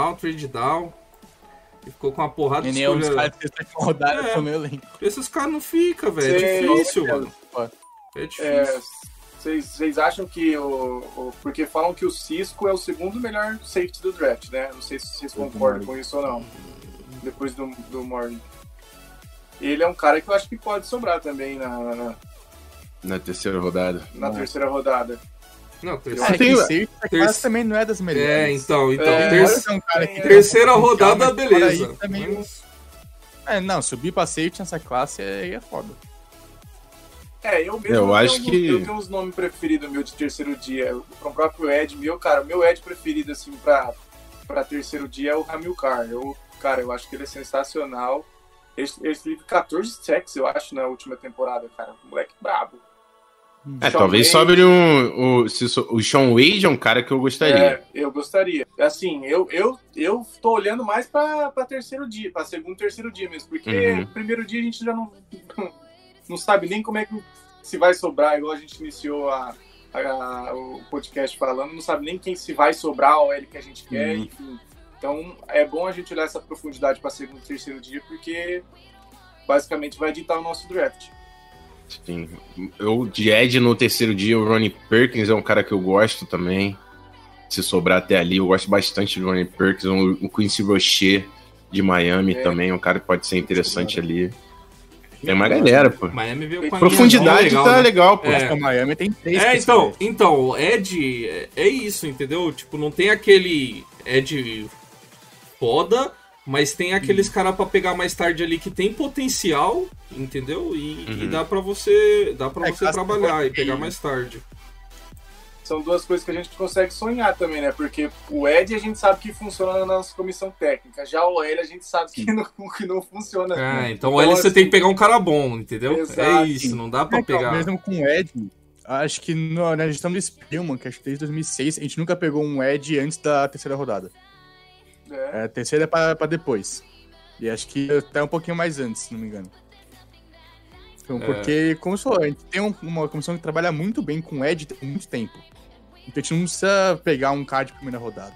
E ficou com uma porrada de escolha. Os caras que rodada foi meio lento. Esses caras não ficam, velho. É difícil, mano. É difícil. Vocês acham que porque falam que o Cisco é o segundo melhor safety do draft, né? Não sei se vocês concordam com isso ou não. Depois do Morning. Ele é um cara que eu acho que pode sobrar também na terceira rodada. Terceira rodada. Não, classe também não é das melhores. Terceira rodada, beleza. Não, subir pra safety nessa classe aí é foda. Eu mesmo eu tenho uns nomes preferidos meu de terceiro dia. O próprio Ed, meu Ed preferido, assim, pra terceiro dia é o Hamilcar. Eu acho que ele é sensacional. Ele teve 14 sacks, eu acho, na última temporada, cara. Moleque brabo. Talvez sobre o Sean Wade é um cara que eu gostaria. Eu gostaria. Assim, eu tô olhando mais pra terceiro dia, pra segundo, terceiro dia mesmo, porque primeiro dia a gente já não sabe nem como é que se vai sobrar, igual a gente iniciou o podcast falando, não sabe nem quem se vai sobrar ou ele que a gente quer, enfim. Então é bom a gente olhar essa profundidade pra segundo e terceiro dia, porque basicamente vai editar o nosso draft. Sim. Eu, de Ed no terceiro dia, o Ronnie Perkins é um cara que eu gosto também. Se sobrar até ali, eu gosto bastante do Ronnie Perkins. O Quincy Rocher de Miami também é um cara que pode ser interessante ali. Tem uma galera, pô. Miami veio com a profundidade legal, tá, né? Legal, pô. O Miami tem 3. Então, o Ed é isso, entendeu? Tipo, não tem aquele Ed foda, mas tem aqueles caras pra pegar mais tarde ali que tem potencial, entendeu? E dá pra você trabalhar e pegar mais tarde. São duas coisas que a gente consegue sonhar também, né? Porque o Ed a gente sabe que funciona na nossa comissão técnica. Já o L a gente sabe que não funciona. Então o L você tem que pegar um cara bom, entendeu? Exato. É isso, não dá pra pegar. Mesmo com o Ed, acho que na gestão do Spielman, que acho que desde 2006, a gente nunca pegou um Ed antes da terceira rodada. A terceira é pra depois. E acho que até um pouquinho mais antes, se não me engano. Então, porque, como você falou, a gente tem uma comissão que trabalha muito bem com o Ed há muito tempo. Então a gente não precisa pegar um cara de primeira rodada.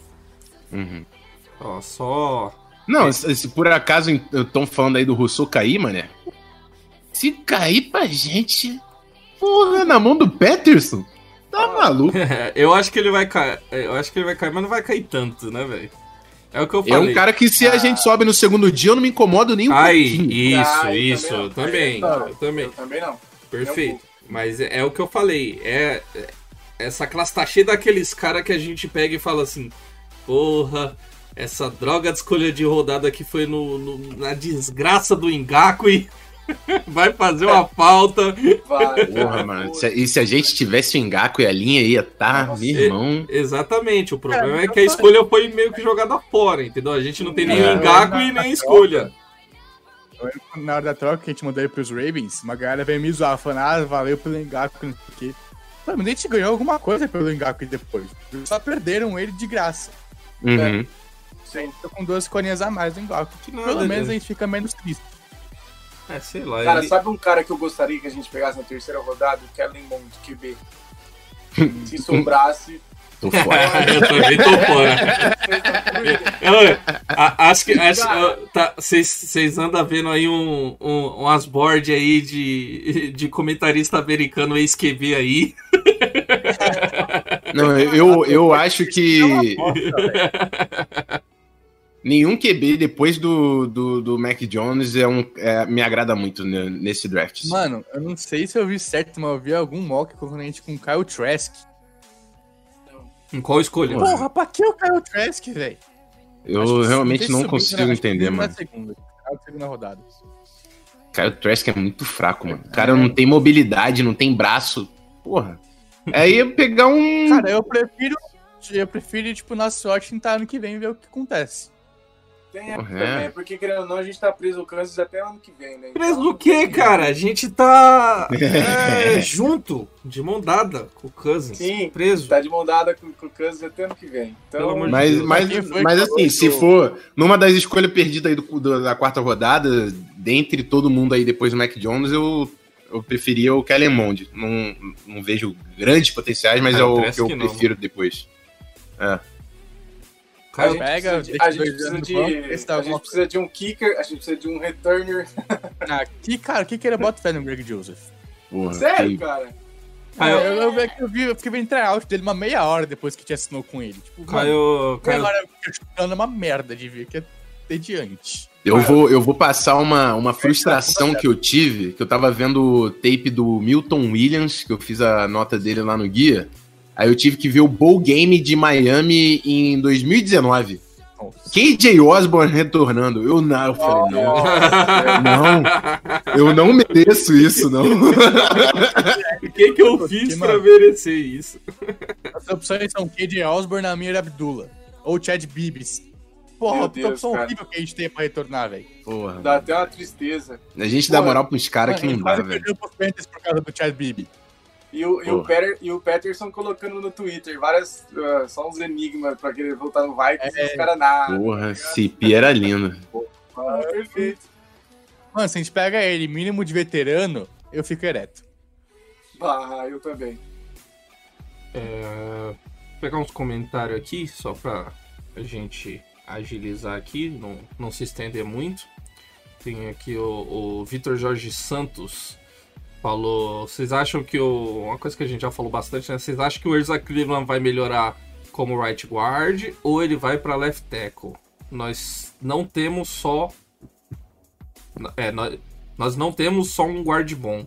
Não, se por acaso estão falando aí do Rousseau cair, mané. Se cair pra gente... Porra, na mão do Peterson? Tá maluco? Eu acho que ele vai cair. Mas não vai cair tanto, né, velho? É o que eu falei. É um cara que se a gente sobe no segundo dia, eu não me incomodo nem um pouquinho. Isso. Eu também não. Perfeito. Mas é o que eu falei. Essa classe tá cheia daqueles caras que a gente pega e fala assim, porra, essa droga de escolha de rodada que foi na desgraça do Ngaku e vai fazer uma falta. Porra, mano. E se a gente tivesse o Ngaku e a linha ia meu irmão. Exatamente. O problema é que a escolha foi meio que jogada fora, entendeu? A gente não tem nem Ngaku e nem escolha. Na hora da troca que a gente mandou ele pros Ravens, uma galera veio me zoar, falando, valeu pelo Ngaku, não sei o quê. Mas a gente ganhou alguma coisa pelo Ngaku depois. Eles só perderam ele de graça. Sim. Tô com 2 corinhas a mais do Ngaku. Pelo menos a gente fica menos triste. Sei lá. Cara, sabe um cara que eu gostaria que a gente pegasse na terceira rodada? O Kellen Mond, QB. Se sobrasse. Tô fora. Eu também tô fora. Acho que vocês andam vendo aí umas boards aí de comentarista americano ex-QB aí. Não, eu acho que nenhum QB depois do Mac Jones me agrada muito nesse draft. Mano, eu não sei se eu vi certo, mas eu vi algum mock corrente com Kyle Trask. Em qual escolha? Porra, pra que o Kyle Trask, velho? Eu realmente não consigo entender, mano. Segunda rodada. Cara, o Trask é muito fraco, mano. O cara não tem mobilidade, não tem braço. Porra. Aí eu pegar um... Cara, eu prefiro, tipo, na sorte tentar ano que vem ver o que acontece. Tem também, porque querendo ou não, a gente tá preso ao Kansas até ano que vem, né? Preso do quê, cara? A gente tá junto, de mão dada com o Cousins. Sim, preso. Tá de mão dada com o Kansas até ano que vem. Pelo Então, amor de Mas assim, se for numa das escolhas perdidas aí da quarta rodada, dentre todo mundo aí depois do Mac Jones, eu preferia o Kellen Mond. Não vejo grandes potenciais, mas é o que eu prefiro depous. a gente precisa de um kicker, a gente precisa de um returner. Cara, o kicker é bota fé no Greg Joseph. Porra, Sério, cara? Eu fiquei vendo tryout dele uma meia hora depois que te assinou com ele. Tipo, agora eu fico chutando uma merda de ver, que é entediante. Eu vou passar uma frustração que eu tive, que eu tava vendo o tape do Milton Williams, que eu fiz a nota dele lá no guia. Aí eu tive que ver o Bowl Game de Miami em 2019. Nossa. KJ Osborne retornando. Eu falei, não, eu não mereço isso, não. O que eu fiz pra merecer isso? As opções são KJ Osborne, Amir Abdullah ou Chad Bibis. Porra, que opção horrível que a gente tem pra retornar, velho. Dá até uma tristeza. A gente dá moral pros caras que não dá, velho. Perdeu pros Panthers por causa do Chad Bibi. E o Patterson colocando no Twitter várias. Só uns enigmas pra querer voltar no Vikings e os caras nada. Porra, CP era lindo. Perfeito. Mano, se a gente pega ele mínimo de veterano, eu fico ereto. Eu também. Vou pegar uns comentários aqui, só pra a gente agilizar aqui, não se estender muito. Tem aqui o Vitor Jorge Santos. Falou, vocês acham que uma coisa que a gente já falou bastante, né? Vocês acham que o Ezra Cleveland vai melhorar como right guard ou ele vai para left tackle? Nós não temos só nós não temos só um guard bom.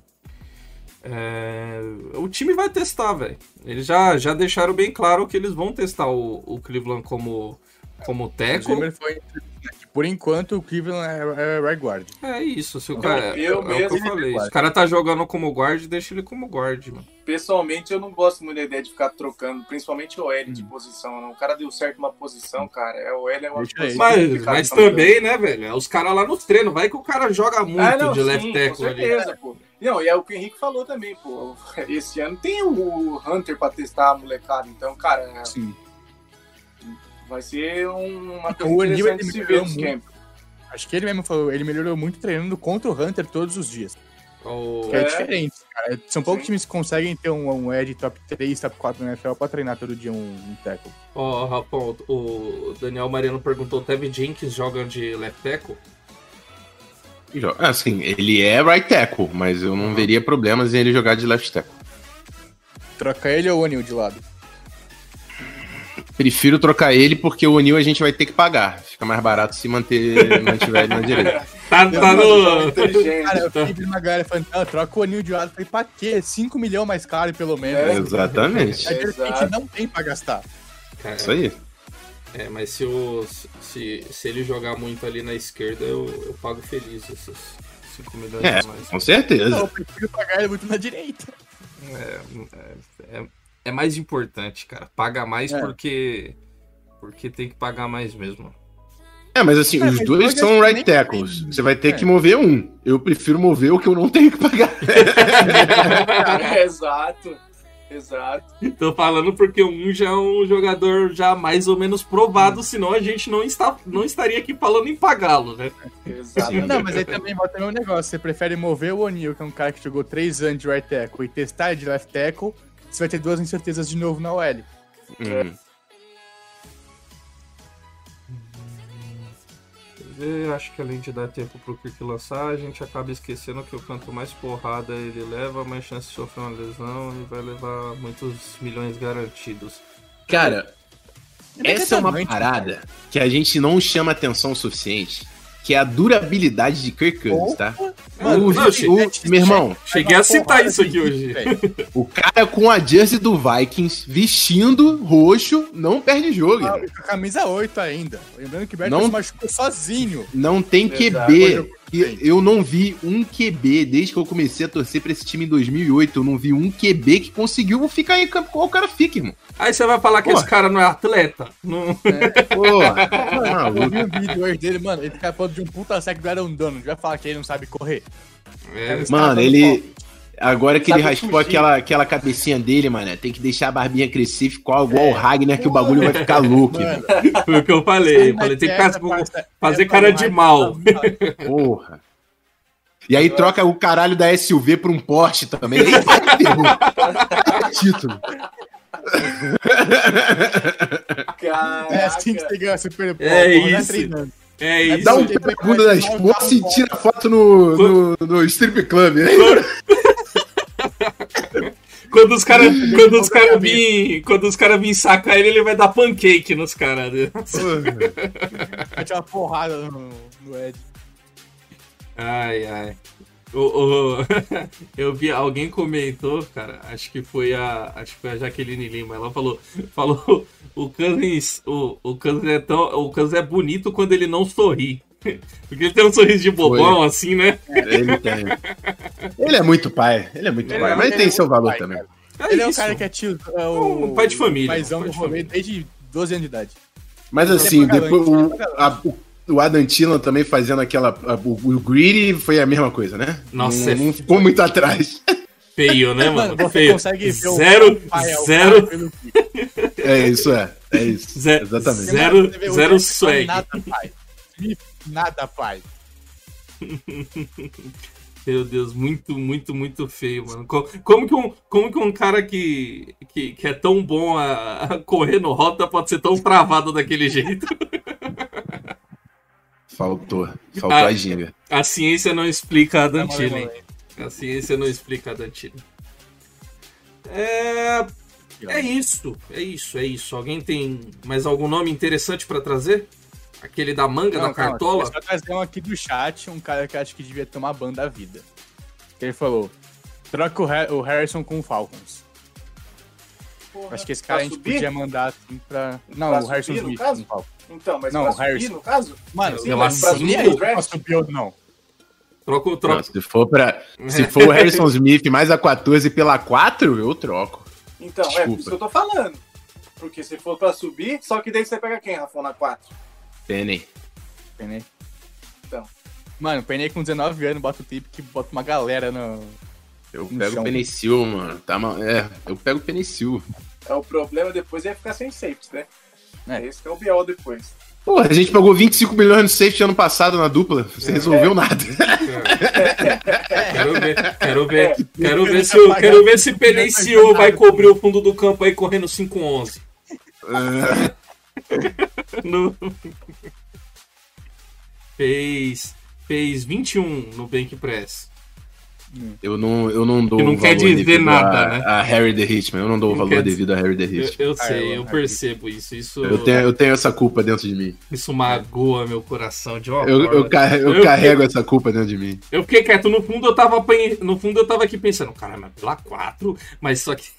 O time vai testar, velho. Eles já deixaram bem claro que eles vão testar o Cleveland como tackle. Por enquanto, o Cleveland é right guard. É isso, se o cara. Eu mesmo falei. Se o cara tá jogando como guard, deixa ele como guard, mano. Pessoalmente, eu não gosto muito da ideia de ficar trocando, principalmente o L de posição. Não. O cara deu certo uma posição, cara. O L é uma posição. Mas também, né, velho? Os caras lá nos treinos, vai que o cara joga muito de left tackle com certeza, ali. Pô. Não, e é o que o Henrique falou também, pô. Esse ano tem o Hunter pra testar a molecada, então, cara. Sim. Vai ser uma coisa interessante de se ver nesse camp. Acho que ele mesmo falou, ele melhorou muito treinando contra o Hunter todos os dias. Que é diferente, cara. São poucos times que conseguem ter um edge top 3, top 4 na NFL pra treinar todo dia um tackle. Rapão, o Daniel Mariano perguntou, o Tevin Jenkins joga de left tackle? Assim, ele é right tackle, mas eu não veria problemas em ele jogar de left tackle. Troca ele ou o O'Neal de lado? Prefiro trocar ele porque o O'Neal a gente vai ter que pagar. Fica mais barato se mantiver ele na direita. Tá no... Cara, eu fiquei uma galera falando, troca o O'Neal de lado. Eu falei, pra quê? 5 milhões mais caro, pelo menos. Exatamente. A gente não tem pra gastar. Isso aí. Mas se ele jogar muito ali na esquerda, eu pago feliz esses 5 milhões a mais. Com certeza. Não, eu prefiro pagar ele muito na direita. É mais importante, cara. Paga mais porque tem que pagar mais mesmo. Mas assim, os dois são right tackles. Você vai ter que mover um. Eu prefiro mover o que eu não tenho que pagar. Exato. Tô falando porque um já é um jogador já mais ou menos provado, senão a gente não estaria aqui falando em pagá-lo, né? Exato. Não, mas aí também volta meu negócio. Você prefere mover o O'Neal, que é um cara que jogou 3 anos de right tackle, e testar de left tackle, você vai ter 2 incertezas de novo na OL. Acho que além de dar tempo pro Kirk lançar, a gente acaba esquecendo que quanto mais porrada ele leva, mais chance de sofrer uma lesão e vai levar muitos milhões garantidos. Cara, essa é uma exatamente, parada que a gente não chama atenção o suficiente, que é a durabilidade de Kirk Cousins, tá? Mano, Meu irmão, Cheguei a citar isso aqui hoje. o cara com a jersey do Vikings, vestindo roxo, não perde jogo. Ah, irmão. com a camisa 8 ainda. Lembrando que o Bert Não- se machucou sozinho. Não tem QB. Eu não vi um QB, desde que eu comecei a torcer pra esse time em 2008, eu não vi um QB que conseguiu ficar em campo igual o cara fica, irmão. Aí você vai falar que Porra. esse cara não é atleta? Não... Porra, tá Eu maluco. vi um vídeo hoje dele, mano, ele fica falando de um puta sec do Aaron Donald. Vai falar que ele não sabe correr. É, Mano, ele. Agora que ele Sabe raspou fugir. aquela cabecinha dele, mano, tem que deixar a barbinha crescer e ficar igual o Ragnar, que o bagulho vai ficar louco, irmão. foi o que eu falei. Eu falei, tem que fazer cara de mal. Porra. E aí troca o caralho da SUV por um Porsche também. Aí ferrou. Título. Caraca. É assim que você ganha Super Bowl. É porra, não isso. treinando. É isso. Dá um pé na bunda da esposa e tira foto no strip club, né? Quando os caras vir sacar ele vai dar pancake nos caras. Vai tirar uma porrada no Ed. Ai, ai. Eu vi, alguém comentou, cara, acho que foi a Jaqueline Lima, ela falou, o Cousins é bonito quando ele não sorri. Porque ele tem um sorriso de bobão, assim, né? Ele tem. Ele é muito pai, mas ele tem seu valor pai, também. Ele é um isso. cara que é tio. É Um pai de família, Paizão um pai do de rolê família. desde 12 anos de idade. Mas assim, depois o Adam Thielen também fazendo o Greedy foi a mesma coisa, né? Nossa, não ficou muito atrás. Feio, né, mano? Você Feio. consegue ver o Zero, pai é o zero, pai pelo filho. É isso. Exatamente. Zero swag. Nada pai. Nada pai. Meu Deus, muito feio, mano. Como que um cara que é tão bom a correr no rota pode ser tão travado daquele jeito? Faltou Ah, a ginga. A ciência não explica a Dan Tá Thielen. malemolente. A ciência não explica a Dan Thielen. É isso. Alguém tem mais algum nome interessante pra trazer? Aquele da manga, da cartola? Eu só trazer um aqui do chat, um cara que acho que devia ter uma banda da vida. Ele falou, troca o Harrison com o Falcons. Porra, Acho que esse cara a pra gente subir? podia mandar assim pra... Não, Pra o Harrison subir, no Smith caso? com o Falcons. Então, mas Não, pra o subir, Harrison. no caso? Mano, Eu mas pra assino. subir nem no draft? pra subir ou não. Troca. Não, se for o Harrison Smith mais a 14 pela 4, eu troco. Então, Desculpa. isso que eu tô falando. Porque se for pra subir, só que daí você pega quem, Rafão, na 4? Penny. Penei. Então. Mano, Penei com 19 anos, bota o tip que bota uma galera no... Eu No pego chão. o Penicil, mano. Eu pego o Penicil. É, o problema depois é ficar sem safety, né? É. Esse que é o BO depois. Pô, a gente pagou 25 milhões no safety ano passado na dupla. Você resolveu nada. Quero ver se Penicil vai cobrir o fundo do campo aí correndo 5-11. No... Fez 21 no Bank Press. Eu não dou Que não o quer valor dizer devido nada, a, né? a Harry the Hitman. Eu não dou o Não valor quer dizer- devido a Harry the Hitman. Eu sei, eu percebo isso. Eu tenho essa culpa dentro de mim. Isso magoa meu coração de uma Eu forma. carrego essa culpa dentro de mim. Eu fiquei quieto, no fundo eu tava aqui pensando, cara, mas pela 4, mas só que.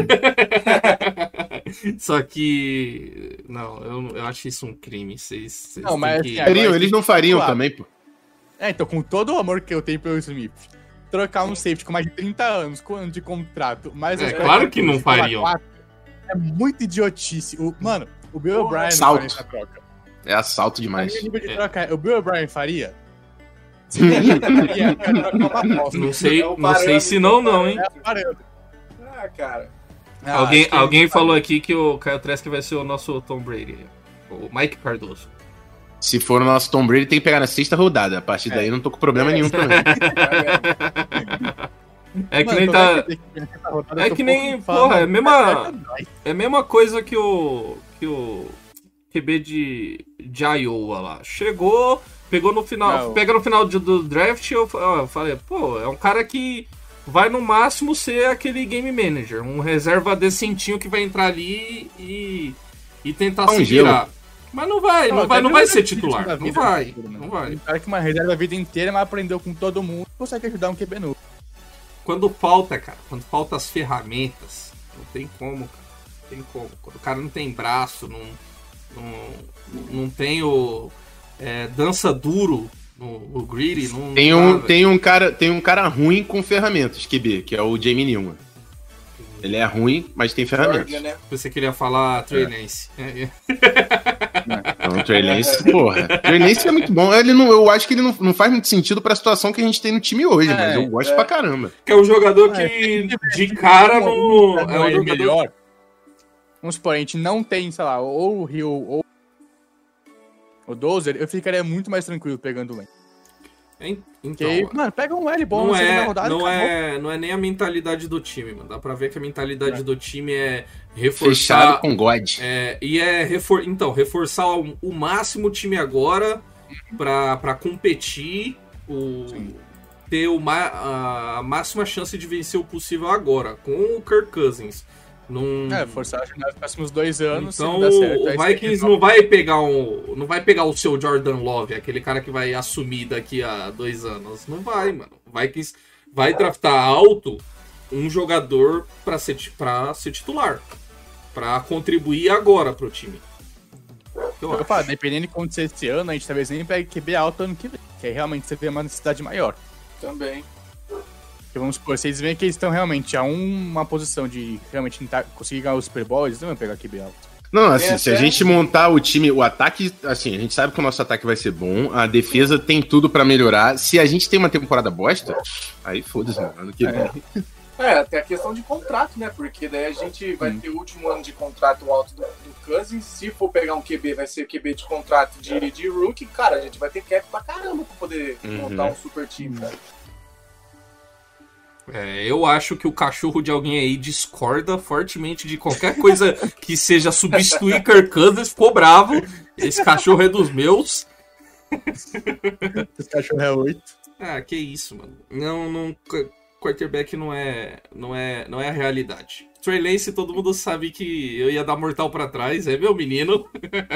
Só que. Não, eu acho isso um crime. Vocês Não, mas têm que... assim, Fariam, eles não fariam Claro. também, pô. É, então, com todo o amor que eu tenho pelo Smith, trocar um safety com mais de 30 anos, com ano de contrato, mas... É, claro que não fariam. É muito idiotice. Mano, o Bill Porra, O'Brien não salto. faria essa troca. É assalto demais. A nível de troca, o Bill O'Brien faria? Se ele faria, eu ia trocar uma aposta. Não sei, É o não sei se não, hein? É parâmetro. Ah, cara. Alguém, acho que ele falou aqui que o Kyle Trask vai ser o nosso Tom Brady. O Mike Cardoso. Se for o nosso Tom Brady, tem que pegar na 6ª rodada. A partir daí, não tô com problema nenhum também. É que Mano, nem tô tá. vendo que nessa rodada É eu tô que um nem. pouco falando, Porra, mas é a mesma coisa que o QB de Iowa lá. Chegou, pegou no final. Não. Pega no final do draft, eu falei, pô, é um cara que vai no máximo ser aquele game manager, um reserva decentinho que vai entrar ali e tentar se virar. Mas não vai ser titular. Não vai. Um cara que uma reserva a vida inteira, mas aprendeu com todo mundo, consegue ajudar um QB novo. Quando falta as ferramentas, não tem como, cara. Não tem como. Quando o cara não tem braço, não tem o dança duro no greedy, não Tem um cara ruim com ferramentas, QB, que é o Jamie Newman. Ele é ruim, mas tem ferramentas. Georgia, né? Você queria falar Trey Lance. Não, o Trey Lance, porra. O Trey Lance é muito bom. Eu acho que ele não faz muito sentido pra situação que a gente tem no time hoje, mas eu gosto pra caramba. Que é um jogador que de cara não é um jogador melhor. Vamos supor, a gente não tem, sei lá, ou o Hill ou o Dozer, eu ficaria muito mais tranquilo pegando o Lance. Então, Porque, mano, pega um L bom na segunda rodada. não é nem a mentalidade do time, mano. Dá pra ver que a mentalidade do time é reforçar. Fechado com God. Reforçar o máximo o time agora pra competir, ter a máxima chance de vencer o possível agora, com o Kirk Cousins. Forçar nos próximos 2 anos. Então se não der certo, o Vikings não vai pegar o seu Jordan Love, aquele cara que vai assumir daqui a 2 anos. Não vai, mano. O Vikings vai draftar alto um jogador pra ser titular, pra contribuir agora pro time. Eu falo, dependendo de acontecer esse ano, a gente talvez nem pegue QB alto ano que vem, que aí realmente você vê uma necessidade maior. Também. Porque vamos supor, vocês veem que eles estão realmente a uma posição de realmente tentar conseguir ganhar o Super Bowl, eles não vão pegar QB alto. Não, assim, se a gente montar o time, o ataque, assim, a gente sabe que o nosso ataque vai ser bom, a defesa tem tudo pra melhorar. Se a gente tem uma temporada bosta, aí foda-se, mano, ano que vem. Até a questão de contrato, né? Porque daí a gente vai ter o último ano de contrato alto do Cousins. Se for pegar um QB, vai ser QB de contrato de rookie. Cara, a gente vai ter cap pra caramba pra poder montar um super time, cara. Eu acho que o cachorro de alguém aí discorda fortemente de qualquer coisa que seja substituir Kirk Cousins, ficou bravo. Esse cachorro é dos meus. Esse cachorro é 8. Que isso, mano. Não, quarterback não é a realidade. Trey Lance, todo mundo sabe que eu ia dar mortal pra trás, é meu menino.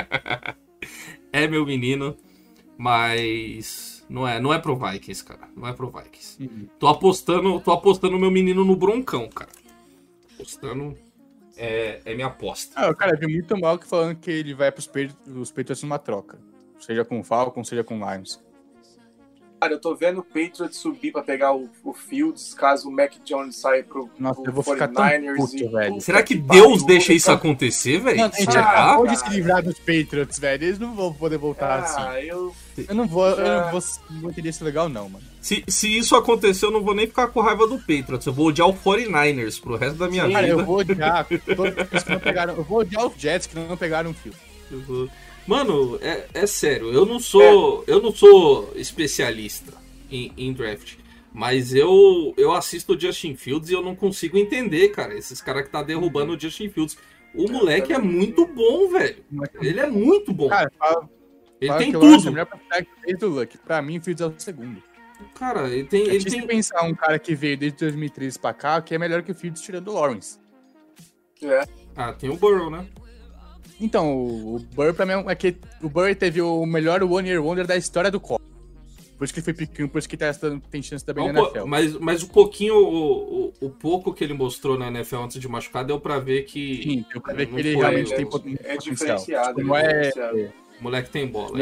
É meu menino, mas não é pro Vikings, cara. Não é pro Vikings. Tô apostando meu menino no Broncão, cara. Apostando é minha aposta. O cara viu muito mal que falando que ele vai pros Patriots numa troca. Seja com o Falcons, seja com o Lions. Cara, eu tô vendo o Patriots subir pra pegar o Fields, caso o Mac Jones saia pro eu vou ficar tão 49ers puto, velho. Será que Deus deixa isso acontecer, velho? Mano, a gente acabou de se livrar dos Patriots, velho. Eles não vão poder voltar assim. Eu não vou entender isso legal, não, mano. Se isso acontecer, eu não vou nem ficar com raiva do Patriots. Eu vou odiar o 49ers pro resto da minha vida. Cara, eu vou odiar todos os que não pegaram. Eu vou odiar os Jets que não pegaram o Fields. Mano, é sério, eu não sou especialista em draft, mas eu assisto o Justin Fields e eu não consigo entender, cara, esses caras que tá derrubando o Justin Fields. O moleque é muito bom, velho. Ele é muito bom. Cara, ele tem que eu tudo. acho o melhor prospect desde o Luck. Pra mim, o Fields é o segundo. Cara, ele tem... Se pensar um cara que veio desde 2013 pra cá, que é melhor que o Fields tirando o Lawrence. Tem o Burrow, né? Então, o Burrow pra mim é que o Burrow teve o melhor One Year Wonder da história do college. Por isso que ele foi pequeno, por isso que tem chance também na NFL. Mas o pouquinho, o pouco que ele mostrou na NFL antes de machucar, deu pra ver que... Sim, deu pra ver que ele realmente tem potencial. É diferenciado. O moleque tem bola.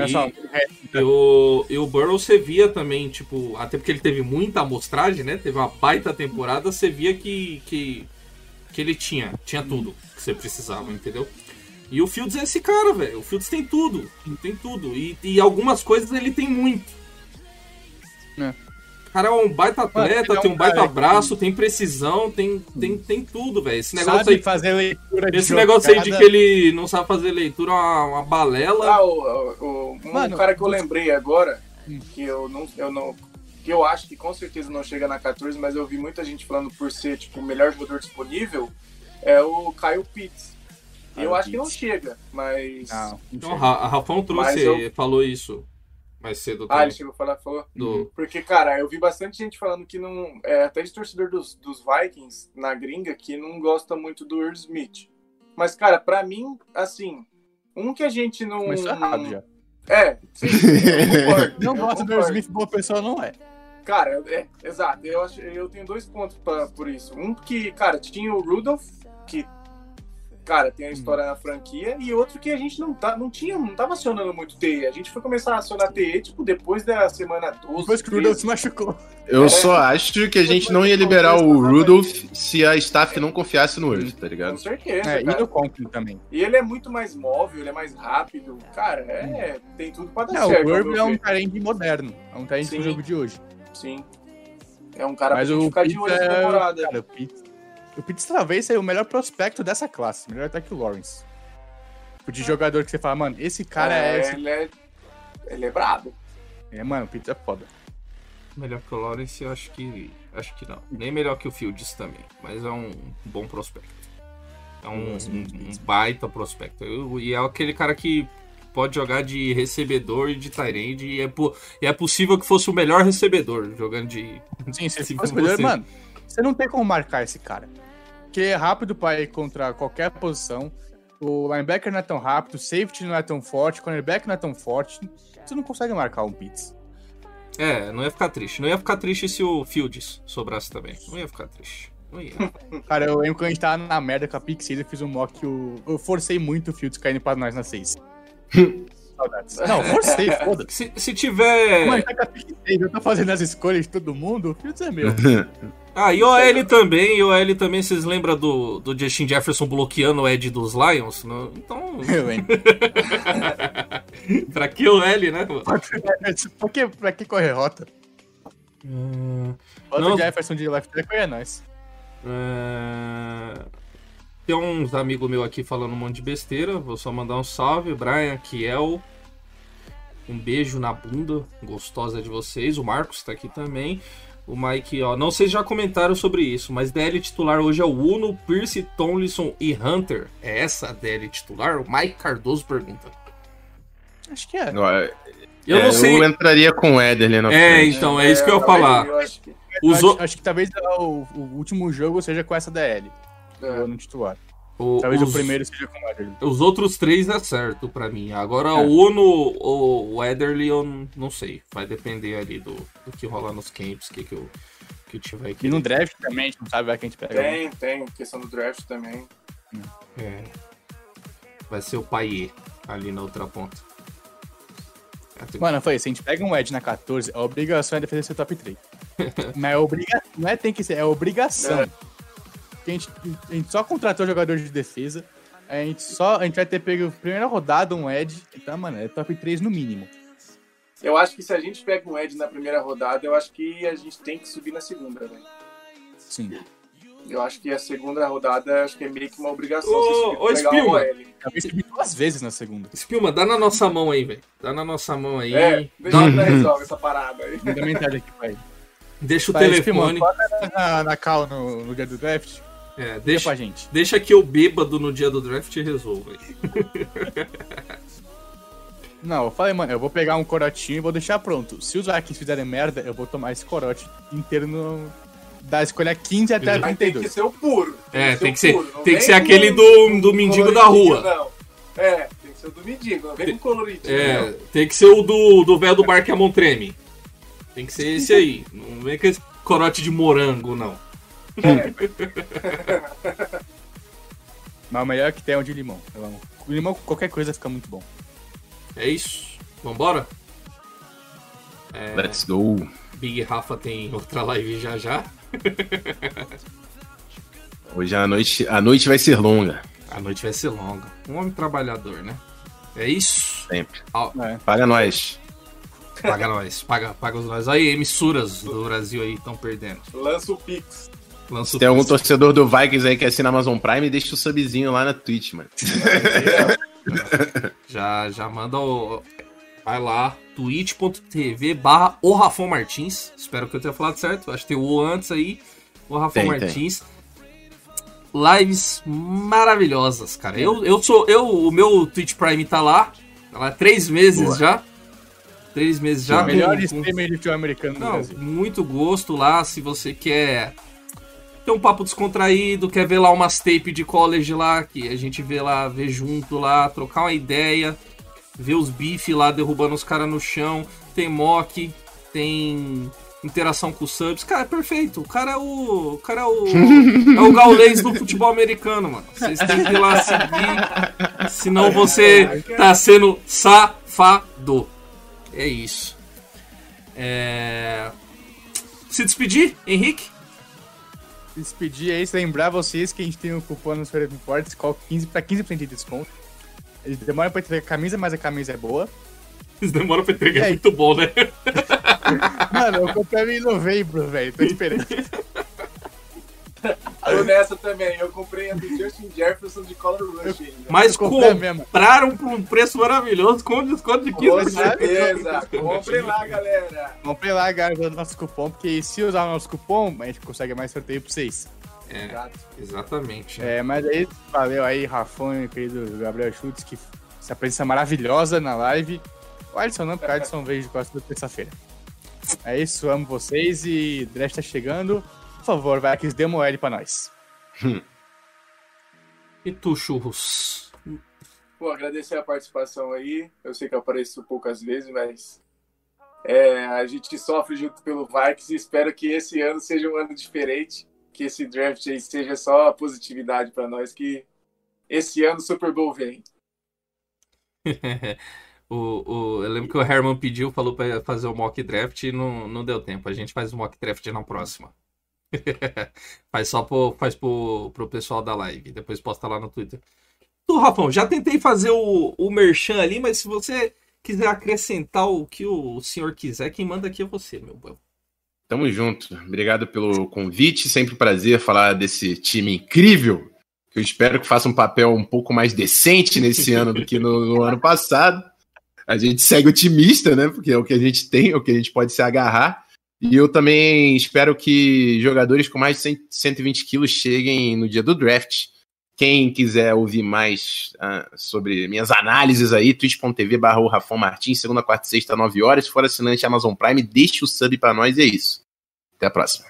E o Burrow você via também, tipo, até porque ele teve muita amostragem, né? Teve uma baita temporada, você via que ele tinha tudo que você precisava, entendeu? E o Fields é esse cara, velho. O Fields tem tudo. Tem tudo. E algumas coisas ele tem muito. O cara é um baita atleta, tem um baita braço, tem precisão, tem tudo, velho. Esse negócio sabe aí. Fazer leitura de negócio aí de que ele não sabe fazer leitura é uma balela. Um cara que eu lembrei agora, que que eu acho que com certeza não chega na 14, mas eu vi muita gente falando por ser tipo, o melhor jogador disponível, é o Kyle Pitts. Eu acho que não chega, mas... Não. Então, a Rafão trouxe, falou isso mais cedo também. Ele chegou a falar, falou. Porque, cara, eu vi bastante gente falando que não... até de torcedor dos Vikings na gringa que não gosta muito do Irv Smith. Mas, cara, pra mim, assim, um que a gente não... Começou errado já. Sim, eu concordo. Não gosta do Irv Smith, boa pessoa não é. Cara, exato. Eu tenho 2 pontos por isso. Um que, cara, tinha o Rudolph, que, cara, tem a história na franquia, e outro que a gente não tava acionando muito TE. A gente foi começar a acionar TE, tipo, depois da semana 12. Depois que o Rudolph se machucou. Eu só acho que a gente não ia liberar o Rudolph se a staff não confiasse no Irv, tá Com ligado? certeza, E cara. no Conklin também. E ele é muito mais móvel, ele é mais rápido. Cara, tem tudo pra dar Não, certo. o Irv é um ver. talento moderno. É um talento pro Sim. jogo de hoje. Sim. É um cara Mas pra gente o ficar de Pitts olho nessa temporada. Cara, o Pitts talvez seja o melhor prospecto dessa classe. Melhor até que o Lawrence. Tipo, de jogador que você fala, mano, esse cara Ele é brabo. Mano, o Pitts é foda. Melhor que o Lawrence, eu acho que não. Nem melhor que o Fields também, mas é um bom prospecto. É um baita prospecto. E é aquele cara que pode jogar de recebedor e de tight end, e é possível que fosse o melhor recebedor jogando de... Sim, se fosse melhor, mano, você não tem como marcar esse cara. Porque é rápido pra ir contra qualquer posição. O linebacker não é tão rápido, o safety não é tão forte, o cornerback não é tão forte. Você não consegue marcar um Pitts. Não ia ficar triste. Não ia ficar triste se o Fields sobrasse também. Não ia ficar triste. Não ia. Cara, eu lembro quando a gente tava na merda com a Pick 6, eu fiz um mock que eu forcei muito o Fields caindo pra nós na 6. Saudades. Não, forcei, foda-se. Se tiver... Mano, tá com a Pick 6, eu tô fazendo as escolhas de todo mundo, o Fields é meu. E OL também, vocês lembram do Justin Jefferson bloqueando o Ed dos Lions? Não? Então... Eu lembro. Pra que OL, né? Pra que correr rota? Bota o Jefferson de left tackle é nóis. Tem uns amigos meus aqui falando um monte de besteira. Vou só mandar um salve. Brian, Kiel. Um beijo na bunda. Gostosa de vocês. O Marcos tá aqui também. O Mike, não sei se já comentaram sobre isso, mas DL titular hoje é o Uno, Pierce, Tomlinson e Hunter. É essa a DL titular? O Mike Cardoso pergunta. Acho que é. Eu não sei. Eu entraria com o Ederle na frente. Então, é isso que eu ia falar. Acho que talvez o último jogo seja com essa DL. No titular. Talvez o primeiro seja com o Ederle. Os outros 3 é certo pra mim. Agora o Uno ou o Ederle eu não sei. Vai depender ali do que rolar nos camps, que eu tiver aqui. E no draft também, a gente não sabe quem a gente pega. Tem. Questão do draft também. Vai ser o Paier ali na outra ponta. Mano, foi isso. Se a gente pega um Edge na 14, a obrigação é defender seu top 3. Mas não é tem que ser, é obrigação. A gente só contratou jogador de defesa. A gente vai ter pego primeira rodada um Edge. Então, mano, é top 3 no mínimo. Eu acho que se a gente pega um Edge na primeira rodada, eu acho que a gente tem que subir na segunda, velho. Sim. Eu acho que a segunda rodada acho que é meio que uma obrigação. Ô Spilma. Talvez subir 2 vezes na segunda. Spilma, dá na nossa mão aí, velho. Dá na nossa mão aí. Deixa eu resolver essa parada aí. Manda mensagem aqui pra ele. Deixa o telefone. Bota na call no dia do draft. Deixa pra gente. Deixa que eu bêbado no dia do draft e resolvo aí. Não, eu falei, mano, eu vou pegar um corotinho e vou deixar pronto. Se os Vikings fizerem merda, eu vou tomar esse corote inteiro da escolha 15 até a 32. Tem que ser o puro. Tem que ser aquele do mendigo da rua. Não. Tem que ser o do mendigo, não vem com coloridinho. Tem que ser o do velho do bar que a mão treme. Tem que ser esse aí. Não vem com esse corote de morango, não. Mas o melhor que tem é o de limão. O limão, qualquer coisa fica muito bom. É isso. Vambora? Let's go. Big Rafa tem outra live já. Hoje a noite vai ser longa. A noite vai ser longa. Um homem trabalhador, né? É isso? Sempre. Paga nós. Paga nós. Paga os nós. Aí, emissoras do Brasil aí estão perdendo. Lança o Pix. Se tem algum torcedor do Vikings aí que assina Amazon Prime, deixa o subzinho lá na Twitch, mano. Já manda o... Vai lá, twitch.tv/o Rafão Martins. Espero que eu tenha falado certo. Acho que tem o O antes aí. O Rafão Martins. Lives maravilhosas, cara. O meu Twitch Prime tá lá. Tá lá 3 meses já. 3 meses já. Melhor streamer de futebol americano do Brasil. Muito gosto lá. Se você quer ter um papo descontraído, quer ver lá umas tape de college lá, que a gente vê junto lá, trocar uma ideia, ver os bife lá derrubando os caras no chão. Tem mock, tem interação com os subs. Cara, é perfeito. O cara é o Gaulês do futebol americano, mano. Vocês têm que ir lá seguir, senão você tá sendo safado. É isso. Se despedir, Henrique? Se despedir aí, lembrar vocês que a gente tem um cupom nos Feiras Importes, coloca 15% de desconto. Ele demora pra entregar a camisa, mas a camisa é boa. Eles demoram pra entregar, é muito bom, né? Mano, eu comprei em novembro, velho. Tô esperando. Tô nessa também. Eu comprei a do Justin Jefferson de Color Rush ainda. Mas compraram por um preço maravilhoso com desconto de 15%. Com certeza. Comprem lá, galera. Comprem lá, galera, usando nosso cupom, porque se usar o nosso cupom, a gente consegue mais sorteio pra vocês. Exatamente. Mas aí, valeu aí, Rafão e querido Gabriel Schultz, que essa presença maravilhosa na live. O Alisson não, porque o Alisson veio de quase toda terça-feira. É isso, amo vocês e Draft tá chegando. Por favor, vai aqui, dê uma OL pra nós. E tu, Churros? Pô, agradecer a participação aí. Eu sei que eu apareço poucas vezes, mas a gente sofre junto pelo Vikings e espero que esse ano seja um ano diferente. Que esse draft aí seja só positividade pra nós, que esse ano o Super Bowl vem. Eu lembro que o Herman falou pra fazer o mock draft e não deu tempo. A gente faz o mock draft na próxima. Faz pro pessoal da live. Depois posta lá no Twitter. Tu, Rafão, já tentei fazer o merchan ali, mas se você quiser acrescentar o que o senhor quiser, quem manda aqui é você, meu bom. Tamo junto. Obrigado pelo convite. Sempre um prazer falar desse time incrível. Que eu espero que faça um papel um pouco mais decente nesse ano do que no ano passado. A gente segue otimista, né? Porque é o que a gente tem, é o que a gente pode se agarrar. E eu também espero que jogadores com mais de 120 quilos cheguem no dia do draft. Quem quiser ouvir mais sobre minhas análises aí, twitch.tv/o Rafão Martins, segunda, quarta e sexta, 9 horas. Se for assinante Amazon Prime, deixe o sub pra nós e é isso. Até a próxima.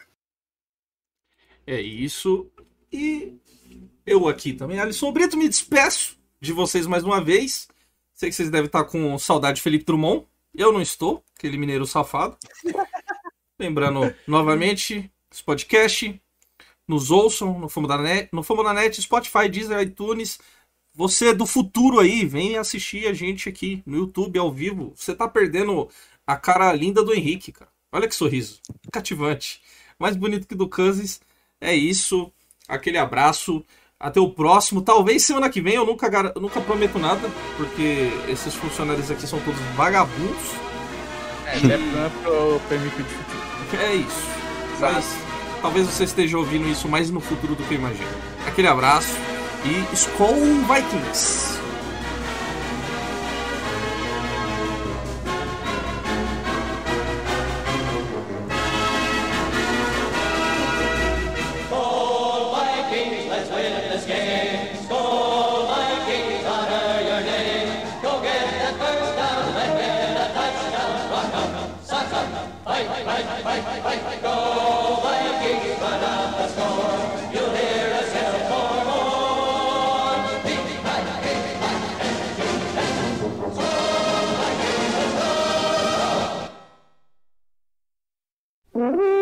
É isso. E eu aqui também, Alisson Brito, me despeço de vocês mais uma vez. Sei que vocês devem estar com saudade de Felipe Drummond. Eu não estou, aquele mineiro safado. Lembrando, novamente, esse podcast, nos ouçam no Famo da Net, Spotify, Deezer, iTunes. Você do futuro aí, vem assistir a gente aqui no YouTube, ao vivo. Você tá perdendo a cara linda do Henrique, cara. Olha que sorriso, cativante. Mais bonito que do Cousins. É isso, aquele abraço. Até o próximo, talvez semana que vem, eu nunca prometo nada, porque esses funcionários aqui são todos vagabundos. Pro permito de futuro. É isso. Mas talvez você esteja ouvindo isso mais no futuro do que eu imagino. Aquele abraço e Skol Vikings! Mm-hmm.